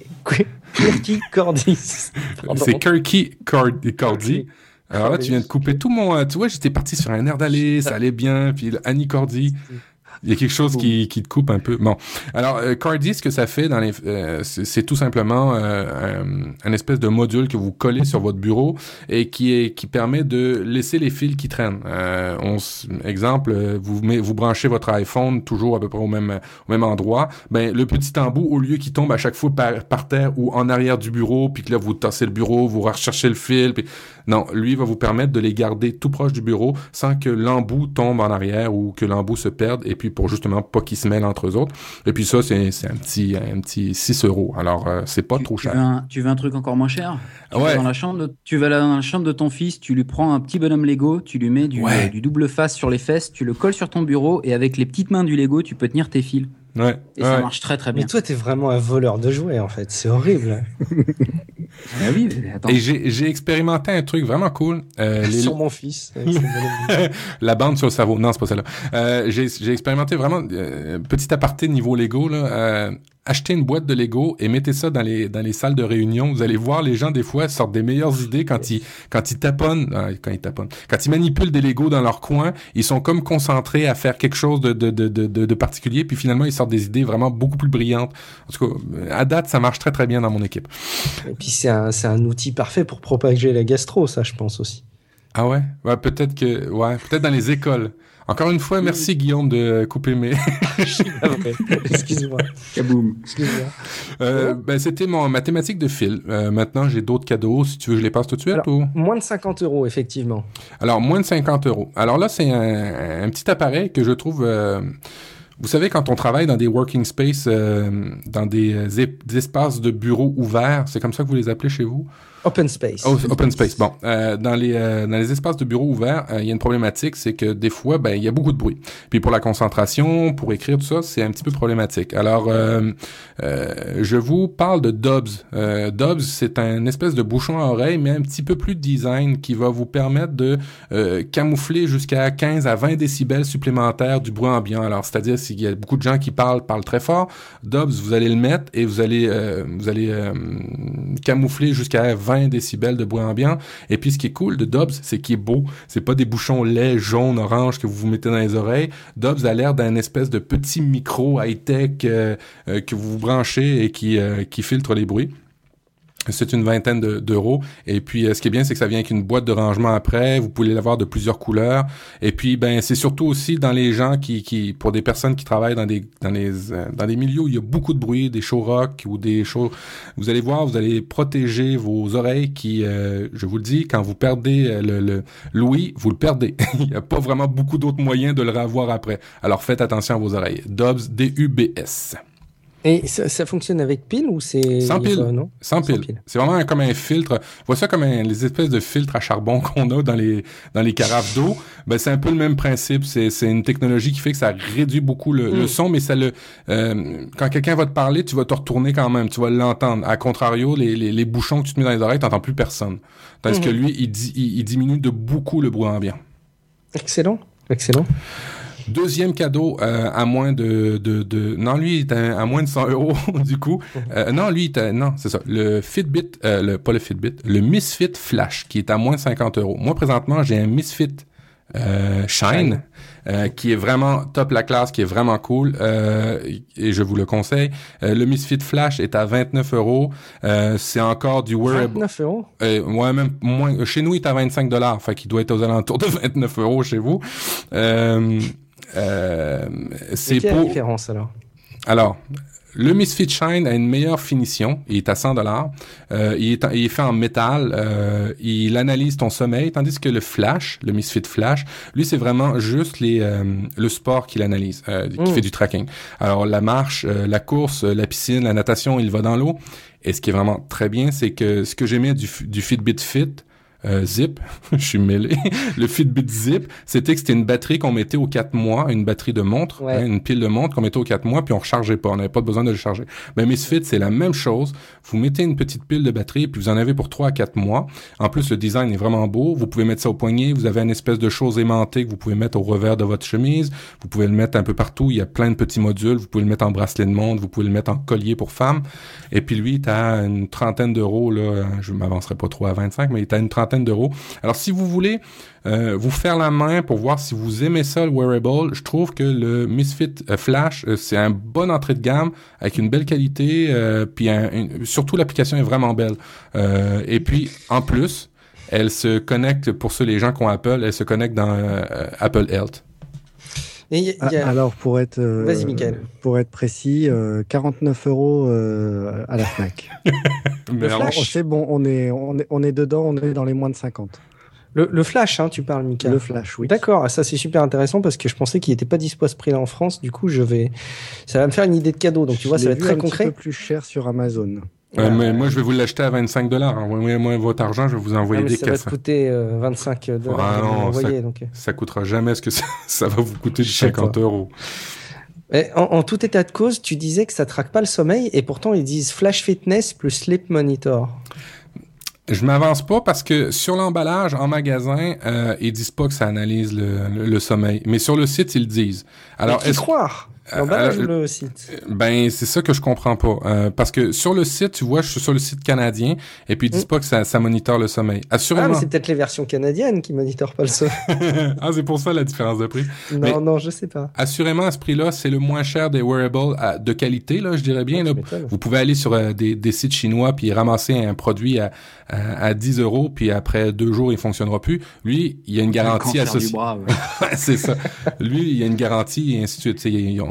Kirky Cordy. C'est Kirky Cordy. Cordy. Alors là, tu viens de couper tout mon... Tu vois, j'étais parti sur un air d'aller, ça allait bien, puis Annie Cordy... Il y a quelque chose qui, qui te coupe un peu. Bon, alors euh, Cardi, ce que ça fait dans les, euh, c'est, c'est tout simplement euh, un, un espèce de module que vous collez sur votre bureau et qui est qui permet de laisser les fils qui traînent. Euh, on, exemple, vous met, vous branchez votre iPhone toujours à peu près au même au même endroit. Ben le petit embout, au lieu qu'il tombe à chaque fois par, par terre ou en arrière du bureau, puis que là vous tassez le bureau, vous recherchez le fil, puis non, lui va vous permettre de les garder tout proche du bureau sans que l'embout tombe en arrière ou que l'embout se perde. Et puis pour justement pas qu'ils se mêlent entre eux autres. Et puis ça, c'est, c'est un petit un petit six euros. Alors, euh, c'est pas tu, trop tu cher. Veux un, tu veux un truc encore moins cher? Tu ouais. vas dans la chambre de, tu vas dans la chambre de ton fils, tu lui prends un petit bonhomme Lego, tu lui mets du, ouais. euh, du double face sur les fesses, tu le colles sur ton bureau et avec les petites mains du Lego, tu peux tenir tes fils. Ouais. Et ouais. ça marche très très bien. Mais toi, t'es vraiment un voleur de jouets, en fait. C'est horrible. Ah oui, mais attends. Et j'ai, j'ai expérimenté un truc vraiment cool. Euh, les... Sur mon fils. La bande sur le cerveau. Non, c'est pas celle-là. Euh, j'ai, j'ai expérimenté vraiment, euh, petit aparté niveau Lego, là. Euh, achetez une boîte de Lego et mettez ça dans les dans les salles de réunion. Vous allez voir, les gens des fois sortent des meilleures idées quand ils quand ils taponnent, euh, quand ils taponnent, quand ils manipulent des Lego dans leur coin. Ils sont comme concentrés à faire quelque chose de de de de, de particulier, puis finalement ils sortent des idées vraiment beaucoup plus brillantes. En tout cas, à date, ça marche très très bien dans mon équipe. Et puis c'est un c'est un outil parfait pour propager la gastro, ça, je pense aussi. Ah ouais, ouais peut-être que ouais peut-être dans les écoles. Encore une fois, merci Guillaume de couper mes... Excuse-moi. Kaboom. Excuse-moi. Euh, ben, c'était mon, ma thématique de fil. Euh, maintenant, j'ai d'autres cadeaux. Si tu veux, je les passe tout de suite. Alors, ou... Moins de cinquante euros, effectivement. Alors, moins de cinquante euros. Alors là, c'est un, un petit appareil que je trouve... Euh, Vous savez, quand on travaille dans des working space, euh, dans des, euh, des espaces de bureaux ouverts, c'est comme ça que vous les appelez chez vous? Open space. Oh, open space. Bon, euh, dans les euh, dans les espaces de bureaux ouverts, euh, il y a une problématique, c'est que des fois, ben il y a beaucoup de bruit. Puis pour la concentration, pour écrire tout ça, c'est un petit peu problématique. Alors, euh, euh, je vous parle de Dobbs. Euh, Dobbs, c'est un espèce de bouchon à oreille, mais un petit peu plus de design qui va vous permettre de euh, camoufler jusqu'à quinze à vingt décibels supplémentaires du bruit ambiant. Alors, c'est-à-dire s'il y a beaucoup de gens qui parlent, parlent très fort, Dobbs, vous allez le mettre et vous allez euh, vous allez euh, camoufler jusqu'à vingt décibels de bruit ambiant. Et puis, ce qui est cool de Dobbs, c'est qu'il est beau. C'est pas des bouchons laids, jaunes, orange que vous vous mettez dans les oreilles. Dobbs a l'air d'un espèce de petit micro high-tech euh, euh, que vous branchez et qui, euh, qui filtre les bruits. C'est une vingtaine de, d'euros. Et puis, euh, ce qui est bien, c'est que ça vient avec une boîte de rangement après. Vous pouvez l'avoir de plusieurs couleurs. Et puis, ben, c'est surtout aussi dans les gens qui, qui, pour des personnes qui travaillent dans des, dans les, euh, dans des milieux où il y a beaucoup de bruit, des shows rock ou des shows. Vous allez voir, vous allez protéger vos oreilles qui, euh, je vous le dis, quand vous perdez le, le l'ouïe, vous le perdez. Il n'y a pas vraiment beaucoup d'autres moyens de le revoir après. Alors, faites attention à vos oreilles. Dobbs, D U B S. Et ça, ça fonctionne avec pile ou c'est... Sans pile. Faut, non Sans pile. Sans pile. C'est vraiment un, comme un filtre. Vois ça comme un, les espèces de filtres à charbon qu'on a dans les dans les carafes d'eau. Ben c'est un peu le même principe. C'est c'est une technologie qui fait que ça réduit beaucoup le, mm. le son, mais ça le euh, quand quelqu'un va te parler, tu vas te retourner quand même. Tu vas l'entendre. À contrario, les les, les bouchons que tu te mets dans les oreilles, t'entends plus personne. Tandis mm-hmm. que lui, il, il, il diminue de beaucoup le bruit ambiant. Excellent. Excellent. Deuxième cadeau euh, à moins de, de, de... Non, lui, il est à, à moins de cent euros, du coup. Euh, non, lui, il est à... Non, c'est ça. Le Fitbit, euh, le, pas le Fitbit, le Misfit Flash, qui est à moins de cinquante euros. Moi, présentement, j'ai un Misfit euh, Shine, euh, qui est vraiment top la classe, qui est vraiment cool, euh, et je vous le conseille. Euh, le Misfit Flash est à vingt-neuf euros. Euh, c'est encore du wearable. vingt-neuf euros? Euh, ouais, même moins. Chez nous, il est à vingt-cinq dollars. Fait qu'il doit être aux alentours de vingt-neuf euros chez vous. Euh... Euh, c'est quelle pour... est la différence alors? Alors, le Misfit Shine a une meilleure finition. Il est à cent dollars. Euh, il est, il est fait en métal. Euh, il analyse ton sommeil, tandis que le Flash, le Misfit Flash, lui, c'est vraiment juste les euh, le sport qu'il analyse, euh, qui mmh. fait du tracking. Alors, la marche, euh, la course, la piscine, la natation, il va dans l'eau. Et ce qui est vraiment très bien, c'est que ce que j'aimais du, du Fitbit Fit, Euh, Zip, je suis mêlé. Le Fitbit Zip, c'était que c'était une batterie qu'on mettait aux quatre mois, une batterie de montre, ouais. hein, une pile de montre qu'on mettait aux quatre mois, puis on rechargeait pas, on n'avait pas besoin de le charger. Ben Misfit, c'est la même chose. Vous mettez une petite pile de batterie, puis vous en avez pour trois à quatre mois. En plus, le design est vraiment beau. Vous pouvez mettre ça au poignet. Vous avez une espèce de chose aimantée que vous pouvez mettre au revers de votre chemise. Vous pouvez le mettre un peu partout. Il y a plein de petits modules. Vous pouvez le mettre en bracelet de montre. Vous pouvez le mettre en collier pour femmes. Et puis lui, il est à une trentaine d'euros, là. Je m'avancerai pas trop à vingt-cinq, mais il est à une trentaine d'euros. Alors, si vous voulez euh, vous faire la main pour voir si vous aimez ça, le wearable, je trouve que le Misfit euh, Flash, euh, c'est un bon entrée de gamme avec une belle qualité, euh, puis un, un, surtout l'application est vraiment belle. Euh, et puis, en plus, elle se connecte, pour ceux les gens qui ont Apple, elle se connecte dans euh, Apple Health. Et y a, y a... Alors, pour être, euh, Vas-y, Mickaël. Pour être précis, euh, quarante-neuf euros euh, à la Fnac. Mais alors, oh, c'est bon, on est, on, est, on est dedans, on est dans les moins de cinquante. Le, le Flash, hein, tu parles, Mickaël. Le Flash, oui. D'accord, ça c'est super intéressant parce que je pensais qu'il n'était pas dispo à ce prix-là en France. Du coup, je vais, ça va me faire une idée de cadeau. Donc, tu vois, je ça va être très un concret. Un petit peu plus cher sur Amazon. Euh, mais moi, je vais vous l'acheter à vingt-cinq dollars. Envoyez-moi votre argent, je vais vous envoyer ah, des ça caisses. Ça va te coûter euh, vingt-cinq dollars. Ah non, envoyer, ça, donc. ça coûtera jamais ce que ça, ça va vous coûter de cinquante euros. En, en tout état de cause, tu disais que ça traque pas le sommeil et pourtant ils disent Flash Fitness plus Sleep Monitor. Je m'avance pas parce que sur l'emballage, en magasin, euh, ils disent pas que ça analyse le, le, le sommeil. Mais sur le site, ils le disent. Alors, mais qui croire? L'emballage ou le site? Ben, c'est ça que je comprends pas. Euh, parce que sur le site, tu vois, je suis sur le site canadien, et puis ils disent mmh. pas que ça, ça monitore le sommeil. Assurément. Ah, mais c'est peut-être les versions canadiennes qui monitorent pas le sommeil. Ah, c'est pour ça la différence de prix. Non, mais non, je sais pas. Assurément, à ce prix-là, c'est le moins cher des wearables à, de qualité, là, je dirais bien. Ah, là. Vous pouvez aller sur euh, des, des sites chinois puis ramasser un produit à, à, à dix euros, puis après deux jours, il fonctionnera plus. Lui, il y a une garantie associée. Ouais. C'est ça. Lui, il y a une garantie et ainsi de suite.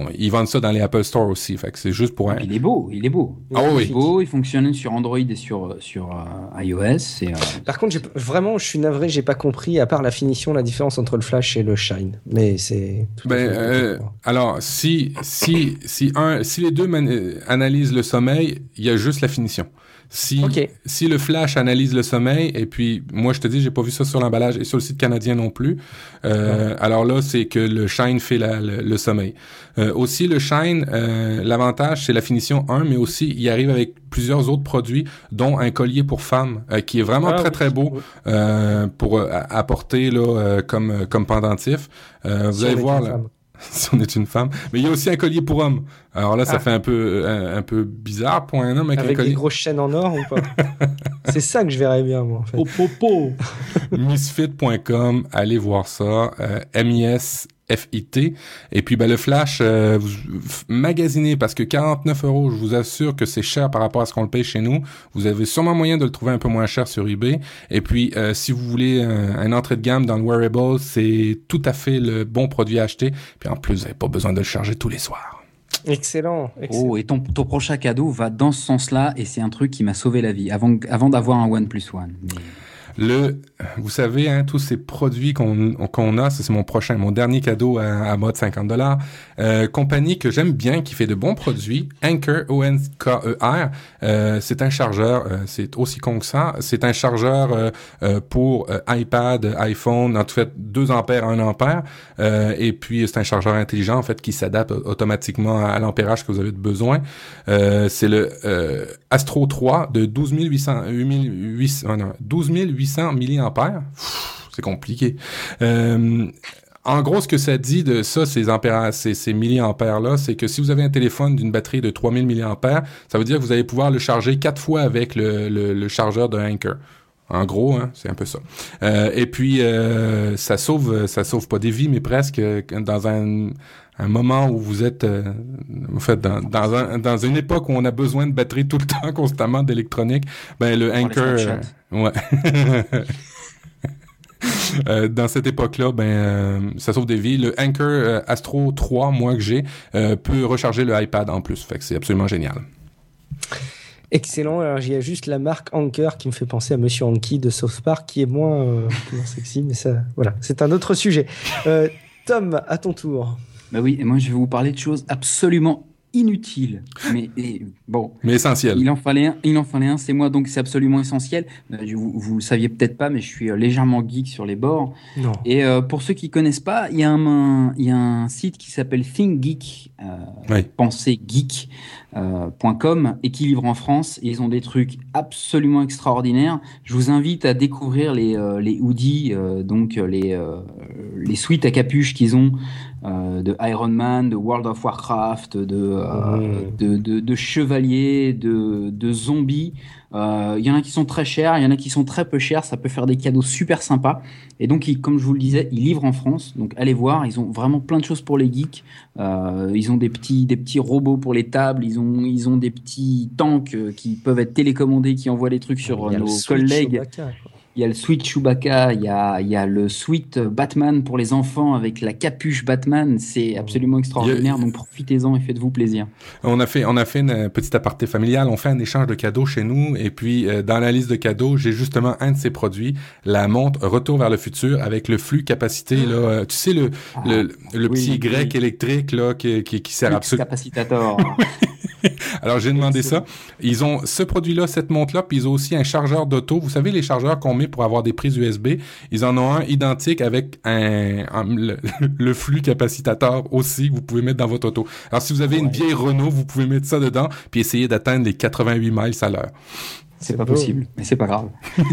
on, ils vendent ça dans les Apple Store aussi. Fait que c'est juste pour un... Il est beau, il est beau. Ah il oui. est beau, il fonctionne sur Android et sur, sur euh, iOS. Et, euh... Par contre, j'ai, vraiment, je suis navré, j'ai pas compris, à part la finition, la différence entre le flash et le shine. Mais c'est... Tout ben, à fait euh, alors, si, si, si, un, si les deux man- analysent le sommeil, il y a juste la finition. Si, okay. si le flash analyse le sommeil, et puis moi je te dis, j'ai pas vu ça sur l'emballage et sur le site canadien non plus, euh, ouais. alors là c'est que le shine fait la, le, le sommeil. Euh, aussi le shine, euh, l'avantage c'est la finition un, mais aussi il arrive avec plusieurs autres produits, dont un collier pour femmes, euh, qui est vraiment ah, très oui. très beau euh, pour euh, apporter là euh, comme comme pendentif. Euh, vous si allez voir là. Si on est une femme. Mais il y a aussi un collier pour homme. Alors là, ça ah. fait un peu, un, un peu bizarre pour un homme avec, avec un collier. Des grosses chaînes en or ou pas? C'est ça que je verrais bien, moi, en fait. Oh, po, po. misfit point com, allez voir ça. Euh, M I S F I T. Et puis, ben, le flash, euh, vous, magasinez, parce que quarante-neuf euros, je vous assure que c'est cher par rapport à ce qu'on le paye chez nous. Vous avez sûrement moyen de le trouver un peu moins cher sur eBay. Et puis, euh, si vous voulez un, un entrée de gamme dans le wearable, c'est tout à fait le bon produit à acheter. Puis en plus, vous n'avez pas besoin de le charger tous les soirs. Excellent, excellent. Oh, et ton, ton prochain cadeau va dans ce sens-là, et c'est un truc qui m'a sauvé la vie, avant, avant d'avoir un OnePlus One. Mais... Le, vous savez, hein, tous ces produits qu'on, qu'on a, c'est mon prochain, mon dernier cadeau à, à mode cinquante dollars. Euh, compagnie que j'aime bien, qui fait de bons produits, Anker, O N K E R. Euh, c'est un chargeur, euh, c'est aussi con que ça. C'est un chargeur euh, euh, pour euh, iPad, iPhone, en tout fait deux ampères, un ampère. Euh, et puis c'est un chargeur intelligent en fait qui s'adapte automatiquement à l'ampérage que vous avez besoin. Euh, c'est le euh, Astro trois de douze mille huit cents, huit cents, oh non, douze mille huit cents milliampères. Pff, c'est compliqué. Euh, en gros, ce que ça dit de ça, ces ampérages, ces, ces milliampères-là, c'est que si vous avez un téléphone d'une batterie de trois mille milliampères, ça veut dire que vous allez pouvoir le charger quatre fois avec le, le, le chargeur de Anker. En gros, hein, c'est un peu ça. Euh, et puis, euh, ça sauve, ça sauve pas des vies, mais presque dans un, un moment où vous êtes, euh, en fait, dans, dans, un, dans une époque où on a besoin de batterie tout le temps, constamment d'électronique, ben le Anker, euh, ouais. Euh, dans cette époque-là, ben euh, ça sauve des vies. Le Anker euh, Astro trois, moi que j'ai, euh, peut recharger le iPad en plus. Fait que c'est absolument génial. Excellent. Alors, il y a juste la marque Anker qui me fait penser à Monsieur Anki de South Park, qui est moins, euh, moins sexy, mais ça, voilà, c'est un autre sujet. Euh, Tom, à ton tour. Bah oui, et moi je vais vous parler de choses absolument inutiles, mais et, bon. Mais essentiel. Il en fallait un, il en fallait un, c'est moi, donc c'est absolument essentiel. Vous, vous le saviez peut-être pas, mais je suis légèrement geek sur les bords. Non. Et euh, pour ceux qui connaissent pas, il y a un, il y a un site qui s'appelle ThinkGeek, euh, oui. Pensée Geek. Euh, .com et qui livre en France et ils ont des trucs absolument extraordinaires. Je vous invite à découvrir les euh, les hoodies, euh, donc les euh, les suites à capuche qu'ils ont euh, de Iron Man, de World of Warcraft, de euh, mmh. de, de de chevaliers, de de zombies. Il euh, y en a qui sont très chers, il y en a qui sont très peu chers. Ça peut faire des cadeaux super sympas. Et donc, ils, comme je vous le disais, ils livrent en France. Donc, allez voir. Ils ont vraiment plein de choses pour les geeks. Euh, ils ont des petits, des petits robots pour les tables. Ils ont, ils ont des petits tanks qui peuvent être télécommandés, qui envoient les trucs sur euh, nos collègues. Chewbacca, il y a le Sweet Chewbacca, il y a, il y a le Sweet Batman pour les enfants avec la capuche Batman. C'est absolument extraordinaire. A... Donc profitez-en et faites-vous plaisir. On a fait, on a fait une petite aparté familiale. On fait un échange de cadeaux chez nous. Et puis, euh, dans la liste de cadeaux, j'ai justement un de ces produits, la montre Retour vers le futur avec le flux capacité. Là, euh, tu sais, le, ah, le, le oui, petit grec oui. électrique là, qui, qui, qui sert absolument... Capacitator. Alors, j'ai demandé ça. Ils ont ce produit-là, cette montre-là, puis ils ont aussi un chargeur d'auto. Vous savez, les chargeurs qu'on met pour avoir des prises U S B, ils en ont un identique avec un, un le, le flux capacitateur aussi, vous pouvez mettre dans votre auto. Alors, si vous avez ouais. une vieille Renault, vous pouvez mettre ça dedans, puis essayer d'atteindre les quatre-vingt-huit miles à l'heure. C'est, c'est pas beau. Possible, mais c'est pas grave.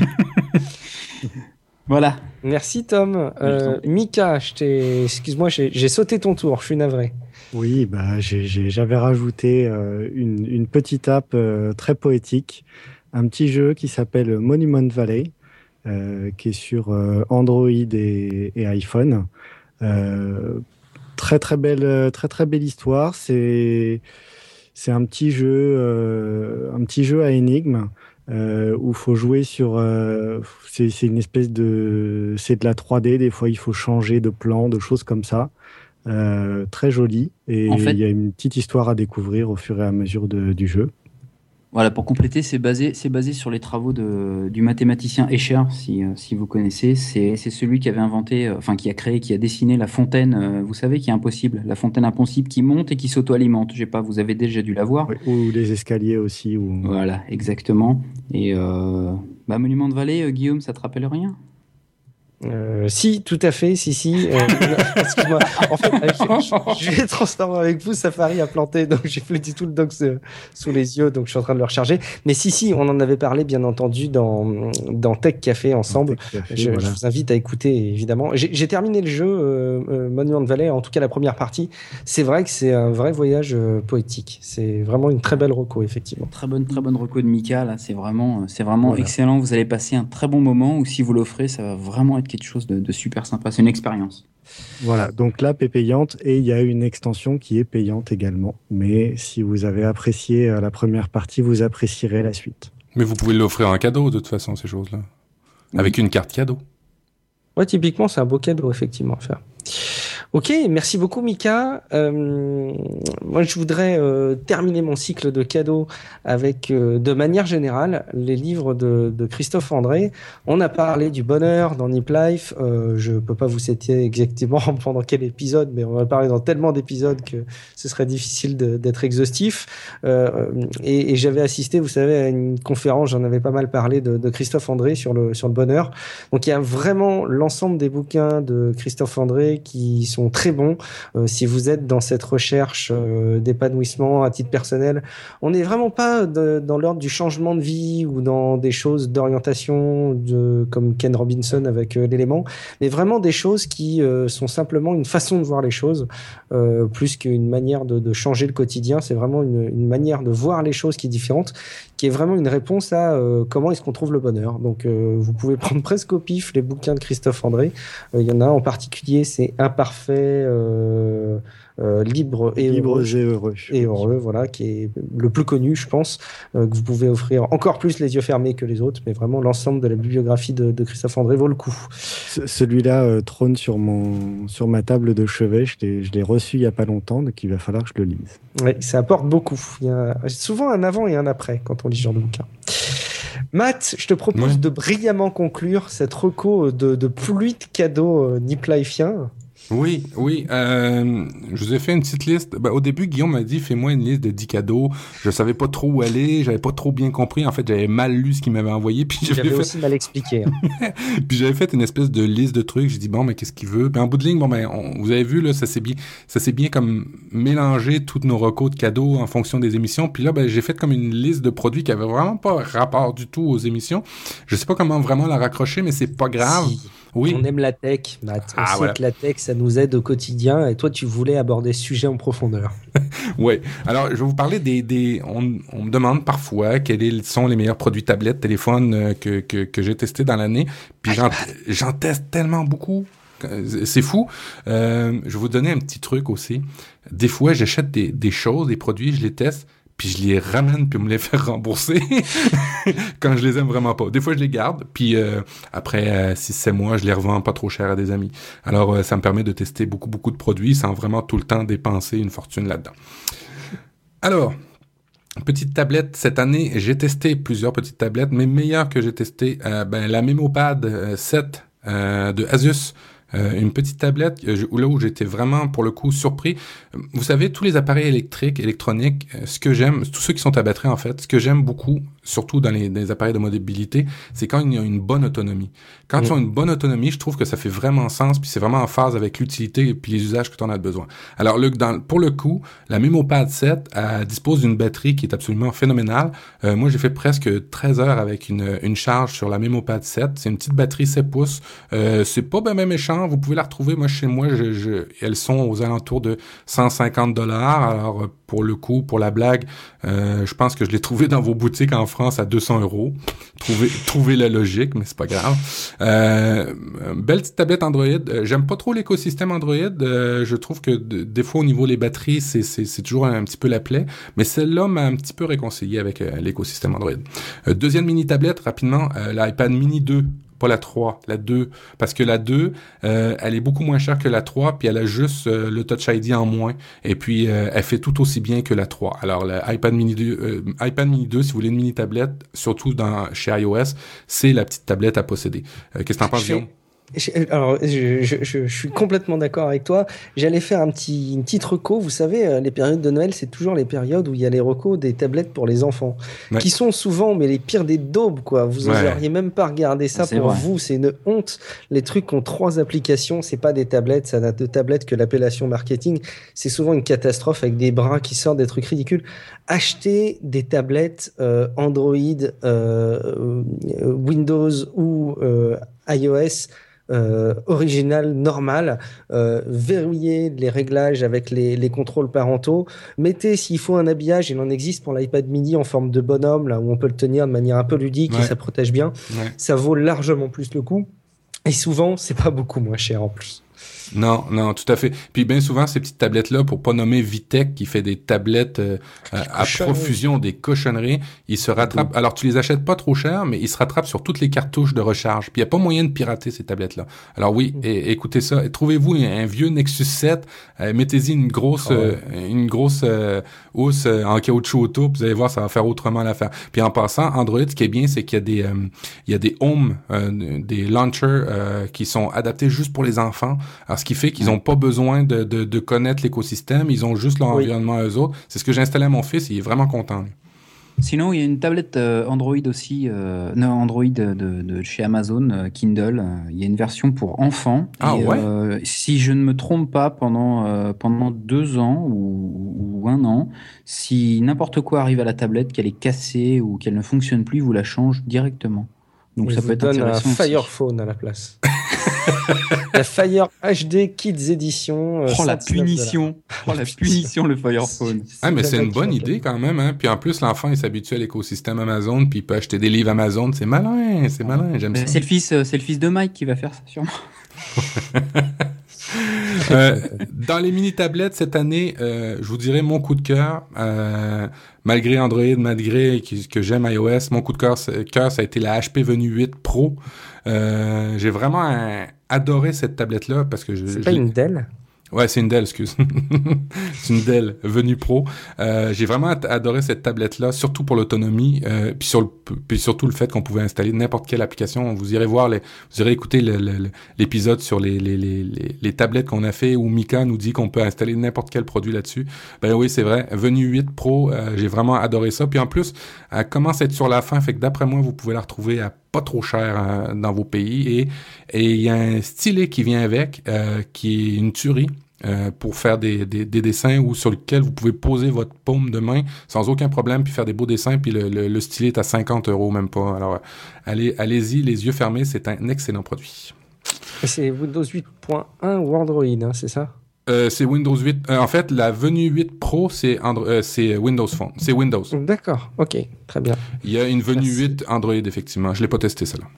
Voilà. Merci, Tom. Euh, Mika, je t'ai... excuse-moi, j'ai, j'ai sauté ton tour, je suis navré. Oui, bah, j'ai, j'ai, j'avais rajouté euh, une, une petite app euh, très poétique, un petit jeu qui s'appelle Monument Valley, euh, qui est sur euh, Android et, et iPhone. Euh, très très belle, très très belle histoire. C'est c'est un petit jeu, euh, un petit jeu à énigmes euh, où faut jouer sur. Euh, c'est c'est une espèce de, c'est de la trois D. Des fois, il faut changer de plan, de choses comme ça. euh, très joli, et En fait- il y a une petite histoire à découvrir au fur et à mesure de- du jeu. Voilà, pour compléter, c'est basé, c'est basé sur les travaux de, du mathématicien Escher, si, euh, si vous connaissez. C'est, c'est celui qui avait inventé, euh, enfin qui a créé, qui a dessiné la fontaine, euh, vous savez, qui est impossible, la fontaine impossible qui monte et qui s'auto-alimente. Je sais pas, vous avez déjà dû la voir. Oui, ou les escaliers aussi. Ou... Voilà, exactement. Et euh, bah, Monument de Vallée, euh, Guillaume, ça te rappelle rien? Euh, si, tout à fait, si, si. Euh, excuse-moi. En fait, je, je vais être transparent avec vous, Safari a planté, donc j'ai plus du tout le doc euh, sous les yeux, donc je suis en train de le recharger. Mais si, si, on en avait parlé, bien entendu, dans, dans Tech Café ensemble. Tech Café, je, voilà. je vous invite à écouter, évidemment. J'ai, j'ai terminé le jeu, euh, euh, Monument de Valley, en tout cas la première partie. C'est vrai que c'est un vrai voyage euh, poétique. C'est vraiment une très belle reco, effectivement. Très bonne, très bonne reco de Mika, là, c'est vraiment, c'est vraiment Voilà. excellent. Vous allez passer un très bon moment, ou si vous l'offrez, ça va vraiment être quelque chose de, de super sympa. C'est une expérience. Voilà, donc l'app est payante et il y a une extension qui est payante également. Mais si vous avez apprécié euh, la première partie, vous apprécierez la suite. Mais vous pouvez l'offrir en cadeau, de toute façon, ces choses-là. Oui. Avec une carte cadeau. Ouais, typiquement, c'est un beau cadeau, effectivement, à faire. Ok, merci beaucoup Mika. Euh, moi, je voudrais euh, terminer mon cycle de cadeaux avec, euh, de manière générale, les livres de, de Christophe André. On a parlé du bonheur dans Nip Life. Euh, je peux pas vous citer exactement pendant quel épisode, mais on va parler dans tellement d'épisodes que ce serait difficile de, d'être exhaustif. Euh, et, et j'avais assisté, vous savez, à une conférence, j'en avais pas mal parlé, de, de Christophe André sur le, sur le bonheur. Donc, il y a vraiment l'ensemble des bouquins de Christophe André qui sont très bons. Euh, si vous êtes dans cette recherche euh, d'épanouissement à titre personnel, on n'est vraiment pas de, dans l'ordre du changement de vie ou dans des choses d'orientation de, comme Ken Robinson avec euh, l'élément, mais vraiment des choses qui euh, sont simplement une façon de voir les choses, euh, plus qu'une manière de, de changer le quotidien. C'est vraiment une, une manière de voir les choses qui est différente, qui est vraiment une réponse à euh, comment est-ce qu'on trouve le bonheur. Donc euh, vous pouvez prendre presque au pif les bouquins de Christophe André. Il euh, y en a un en particulier, c'est Imparfait, euh, euh, libre et Libre heureux. et heureux. Et heureux, voilà, qui est le plus connu, je pense, euh, que vous pouvez offrir encore plus les yeux fermés que les autres, mais vraiment l'ensemble de la bibliographie de, de Christophe André vaut le coup. Ce- Celui-là euh, trône sur, mon, sur ma table de chevet. Je l'ai, je l'ai reçu il n'y a pas longtemps, donc il va falloir que je le lise. Oui, ça apporte beaucoup. Il y a souvent un avant et un après quand on lit ce genre de bouquin. Matt, je te propose Ouais. de brillamment conclure cette reco de, de pluie de cadeaux euh, niplifien. Oui, oui. Euh, je vous ai fait une petite liste. Ben, au début, Guillaume m'a dit, fais-moi une liste de dix cadeaux. Je savais pas trop où aller. J'avais pas trop bien compris. En fait, j'avais mal lu ce qu'il m'avait envoyé. Puis j'avais J'avais fait, aussi mal expliqué. Hein. puis j'avais fait une espèce de liste de trucs. J'ai dit, bon, mais qu'est-ce qu'il veut? Puis en bout de ligne, bon, ben, on- vous avez vu, là, ça s'est bien, ça s'est bien comme mélangé toutes nos recos de cadeaux en fonction des émissions. Puis là, ben, j'ai fait comme une liste de produits qui avait vraiment pas rapport du tout aux émissions. Je sais pas comment vraiment la raccrocher, mais c'est pas grave. Si. Oui. On aime la tech, Matt. On Ah, sait voilà. que la tech, ça nous aide au quotidien. Et toi, tu voulais aborder ce sujet en profondeur. Oui. Alors, je vais vous parler des... des on, on me demande parfois quels est- sont les meilleurs produits tablettes, téléphones euh, que, que, que j'ai testés dans l'année. Puis j'en, j'en teste tellement beaucoup. Euh, C'est fou. Euh, je vais vous donner un petit truc aussi. Des fois, j'achète des, des choses, des produits, je les teste, puis je les ramène puis on me les fait rembourser quand je les aime vraiment pas. Des fois, je les garde, puis euh, après euh, six sept mois, je les revends pas trop cher à des amis. Alors, euh, ça me permet de tester beaucoup, beaucoup de produits sans vraiment tout le temps dépenser une fortune là-dedans. Alors, petite tablette, cette année, j'ai testé plusieurs petites tablettes, mais meilleures que j'ai testé, euh, ben, la MemoPad euh, sept euh, de Asus. Euh, une petite tablette euh, où là où j'étais vraiment pour le coup surpris. Vous savez, tous les appareils électriques, électroniques, euh, ce que j'aime, tous ceux qui sont à batterie en fait, ce que j'aime beaucoup, surtout dans les, dans les appareils de mobilité, c'est quand il y a une bonne autonomie. Quand mmh. ils ont une bonne autonomie, je trouve que ça fait vraiment sens, puis c'est vraiment en phase avec l'utilité et puis les usages que tu en as besoin. Alors le, dans, pour le coup, la MemoPad sept elle dispose d'une batterie qui est absolument phénoménale. Euh, moi, j'ai fait presque treize heures avec une, une charge sur la MemoPad sept. C'est une petite batterie sept pouces. Euh, c'est pas ben même méchant. Vous pouvez la retrouver. Moi, chez moi, je, je, elles sont aux alentours de cent cinquante dollars. Alors, pour le coup, pour la blague, euh, je pense que je l'ai trouvé dans vos boutiques en France à deux cents euros. Trouvez, trouvez la logique, mais c'est pas grave. Euh, belle petite tablette Android. Euh, j'aime pas trop l'écosystème Android. Euh, je trouve que de, des fois, au niveau des batteries, c'est, c'est, c'est toujours un, un petit peu la plaie. Mais celle-là m'a un petit peu réconcilié avec euh, l'écosystème Android. Euh, deuxième mini tablette, rapidement, euh, l'iPad mini deux pas la trois, la deux, parce que la deux, euh, elle est beaucoup moins chère que la trois, puis elle a juste euh, le Touch I D en moins, et puis euh, elle fait tout aussi bien que la trois. Alors, l'iPad Mini deux, euh, iPad Mini deux, si vous voulez une mini tablette, surtout dans chez iOS, c'est la petite tablette à posséder. Euh, qu'est-ce que t'en penses, Guillaume? Alors, je, je, je, je suis complètement d'accord avec toi. J'allais faire un petit, une petite reco. Vous savez, les périodes de Noël, c'est toujours les périodes où il y a les recos des tablettes pour les enfants, ouais. qui sont souvent, mais les pires des daubes, quoi. Vous n'oseriez ouais. même pas regarder ça c'est pour vrai. vous. C'est une honte. Les trucs ont trois applications. C'est pas des tablettes. Ça n'a de tablettes que l'appellation marketing. C'est souvent une catastrophe avec des bras qui sortent, des trucs ridicules. Achetez des tablettes euh, Android, euh, Windows ou euh, iOS. Euh, original, normal, euh, verrouillez les réglages avec les, les contrôles parentaux, mettez s'il faut un habillage, il en existe pour l'iPad mini en forme de bonhomme, là où on peut le tenir de manière un peu ludique ouais. et ça protège bien, ouais. ça vaut largement plus le coup, et souvent c'est pas beaucoup moins cher en plus. Non, non, tout à fait. Puis bien souvent, ces petites tablettes-là, pour pas nommer Vitech, qui fait des tablettes euh, à profusion, des cochonneries, ils se rattrapent. Alors, tu les achètes pas trop cher, mais ils se rattrapent sur toutes les cartouches de recharge. Puis il y a pas moyen de pirater ces tablettes-là. Alors oui, et, écoutez ça. Trouvez-vous un, un vieux Nexus sept, euh, mettez-y une grosse, oh. euh, une grosse euh, housse euh, en caoutchouc auto, puis vous allez voir, ça va faire autrement l'affaire. Puis en passant, Android, ce qui est bien, c'est qu'il y a des, euh, il y a des home, euh, des launchers euh, qui sont adaptés juste pour les enfants. Alors, ce qui fait qu'ils n'ont pas besoin de, de, de connaître l'écosystème, ils ont juste leur oui. environnement à eux autres. C'est ce que j'ai installé à mon fils, il est vraiment content. Lui. Sinon, il y a une tablette euh, Android aussi, euh, non, Android de, de, de chez Amazon, euh, Kindle. Euh, il y a une version pour enfants. Ah et, ouais euh, si je ne me trompe pas, pendant, euh, pendant deux ans ou, ou un an, si n'importe quoi arrive à la tablette, qu'elle est cassée ou qu'elle ne fonctionne plus, vous la changez directement. Donc il ça vous peut être donne intéressant. Un Fire Phone à la place. La Fire H D Kids Edition. Euh, oh la punition, oh la punition le Fire Phone. Ah mais c'est une bonne idée quand même, hein. Puis en plus l'enfant il s'habitue à l'écosystème Amazon, puis il peut acheter des livres Amazon, c'est malin, c'est malin, j'aime ça. C'est le fils, c'est le fils de Mike qui va faire ça sûrement. euh, dans les mini tablettes cette année, euh, je vous dirais mon coup de cœur. Euh, malgré Android, malgré que, que j'aime iOS, mon coup de cœur, cœur, ça a été la H P Venue huit Pro. Euh, j'ai vraiment un, adoré cette tablette-là parce que je. C'est pas une Dell? Ouais, c'est une Dell, excuse. C'est une Dell Venue Pro. Euh, j'ai vraiment adoré cette tablette-là, surtout pour l'autonomie, euh, puis sur le, puis surtout le fait qu'on pouvait installer n'importe quelle application. Vous irez voir, les, vous irez écouter le, le, l'épisode sur les, les, les, les, les tablettes qu'on a fait où Mika nous dit qu'on peut installer n'importe quel produit là-dessus. Ben oui, c'est vrai. Venue huit Pro, euh, j'ai vraiment adoré ça. Puis en plus, elle commence à être sur la fin, fait que d'après moi, vous pouvez la retrouver à pas trop cher euh, dans vos pays. Et et il y a un stylet qui vient avec, euh, qui est une tuerie. Euh, pour faire des, des, des dessins ou sur lequel vous pouvez poser votre paume de main sans aucun problème puis faire des beaux dessins, puis le, le, le stylet est à cinquante euros, même pas. Alors euh, allez, allez-y les yeux fermés, c'est un excellent produit. C'est Windows huit point un ou Android, hein, c'est ça? Euh, c'est Windows huit. Euh, en fait, la Venue huit Pro, c'est, Andro- euh, c'est Windows Phone. C'est Windows. D'accord, ok, très bien. Il y a une Venue Merci. huit Android, effectivement. Je l'ai pas testé, celle-là.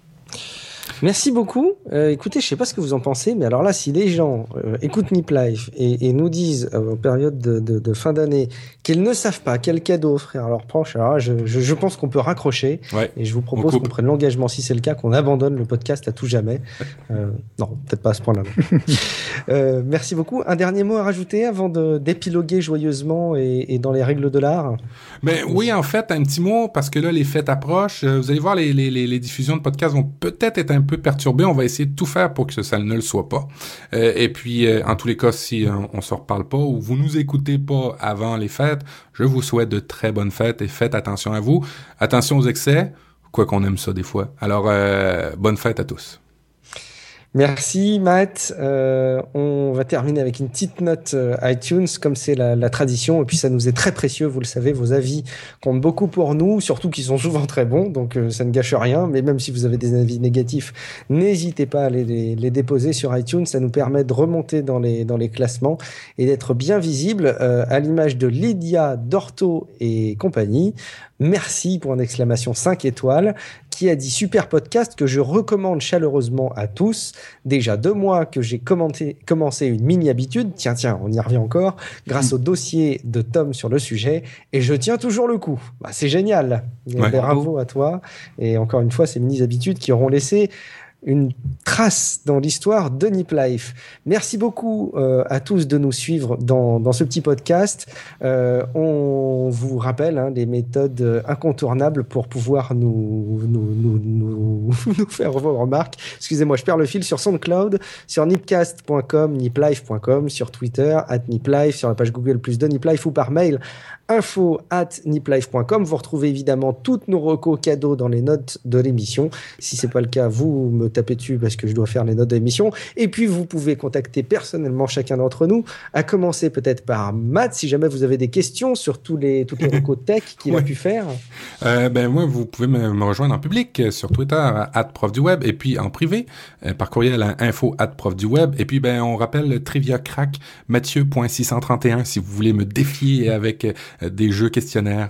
Merci beaucoup. Euh, écoutez, je sais pas ce que vous en pensez, mais alors là, si les gens euh, écoutent Nip Life et, et nous disent euh, en période de, de, de fin d'année qu'ils ne savent pas quel cadeau offrir à leurs proches, alors là, je, je, je pense qu'on peut raccrocher. Ouais, et je vous propose qu'on prenne l'engagement, si c'est le cas, qu'on abandonne le podcast à tout jamais. Euh, non, peut-être pas à ce point-là. euh, merci beaucoup. Un dernier mot à rajouter avant de, d'épiloguer joyeusement et, et dans les règles de l'art? Ben oui, en fait, un petit mot, parce que là, les fêtes approchent. Vous allez voir, les, les, les, les diffusions de podcasts vont peut-être être un peu perturbé, on va essayer de tout faire pour que ça ne le soit pas. Euh, et puis, euh, en tous les cas, si on, on se reparle pas ou vous nous écoutez pas avant les fêtes, je vous souhaite de très bonnes fêtes et faites attention à vous. Attention aux excès, quoi qu'on aime ça des fois. Alors, euh, bonne fête à tous. Merci Matt. Euh, on va terminer avec une petite note euh, iTunes, comme c'est la, la tradition. Et puis ça nous est très précieux, vous le savez, vos avis comptent beaucoup pour nous, surtout qu'ils sont souvent très bons, donc euh, ça ne gâche rien. Mais même si vous avez des avis négatifs, n'hésitez pas à les, les, les déposer sur iTunes. Ça nous permet de remonter dans les, dans les classements et d'être bien visible, euh, à l'image de Lydia, Dorto et compagnie. Merci pour une exclamation cinq étoiles. qui a dit super podcast que je recommande chaleureusement à tous. Déjà deux mois que j'ai commenté, commencé une mini-habitude. Tiens, tiens, on y revient encore. Grâce mmh. au dossier de Tom sur le sujet. Et je tiens toujours le coup. Bah, c'est génial. Ouais. Bravo à toi. Et encore une fois, ces mini-habitudes qui auront laissé une trace dans l'histoire de Nip Life. Merci beaucoup euh, à tous de nous suivre dans, dans ce petit podcast. Euh, on vous rappelle hein, les méthodes incontournables pour pouvoir nous, nous, nous, nous, nous faire vos remarques. Excusez-moi, je perds le fil sur SoundCloud, sur nipcast point com, niplife point com, sur Twitter, at niplife, sur la page Google plus de Nip Life ou par mail info at niplife point com. Vous retrouvez évidemment toutes nos recos cadeaux dans les notes de l'émission. Si c'est pas le cas, vous me tapez dessus parce que je dois faire les notes de l'émission. Et puis, vous pouvez contacter personnellement chacun d'entre nous, à commencer peut-être par Matt, si jamais vous avez des questions sur tous les, toutes les recos tech qu'il ouais. a pu faire. Euh, ben, moi, vous pouvez me, me rejoindre en public euh, sur Twitter, at prof du web, et puis en privé, euh, par courriel à info at prof du web. Et puis, ben, on rappelle le Trivia Crack, mathieu point six cent trente et un, si vous voulez me défier avec euh, des jeux questionnaires.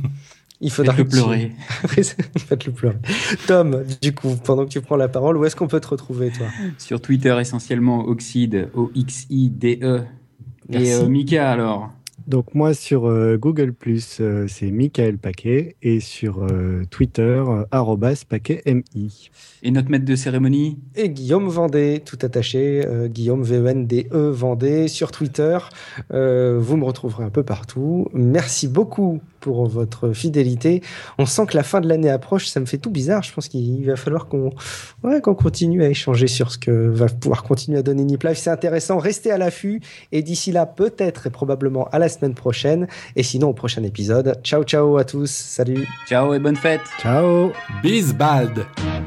Il faudra le pleurer. Faites-le pleurer. Tom, du coup, pendant que tu prends la parole, où est-ce qu'on peut te retrouver, toi ? Sur Twitter, essentiellement Oxide, O X I D E. Et euh, Mika, alors ? Donc moi sur euh, Google plus, euh, c'est Michael Paquet et sur euh, Twitter, euh, arrobas Paquet M I. Et notre maître de cérémonie ? Et Guillaume Vendée, tout attaché, euh, Guillaume V E N D E Vendée sur Twitter. Euh, vous me retrouverez un peu partout. Merci beaucoup pour votre fidélité. On sent que la fin de l'année approche, ça me fait tout bizarre. Je pense qu'il va falloir qu'on, ouais, qu'on continue à échanger sur ce que va pouvoir continuer à donner Nip Life. C'est intéressant, restez à l'affût et d'ici là, peut-être et probablement à la semaine prochaine. Et sinon, au prochain épisode. Ciao, ciao à tous. Salut. Ciao et bonne fête. Ciao. Bis bald.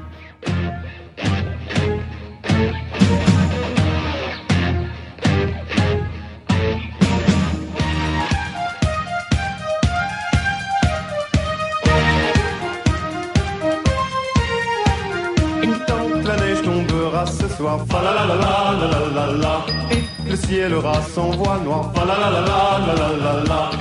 Ce soir, fa la la la la la la la la, et le ciel aura son voile noir, fa la la la la la la la la.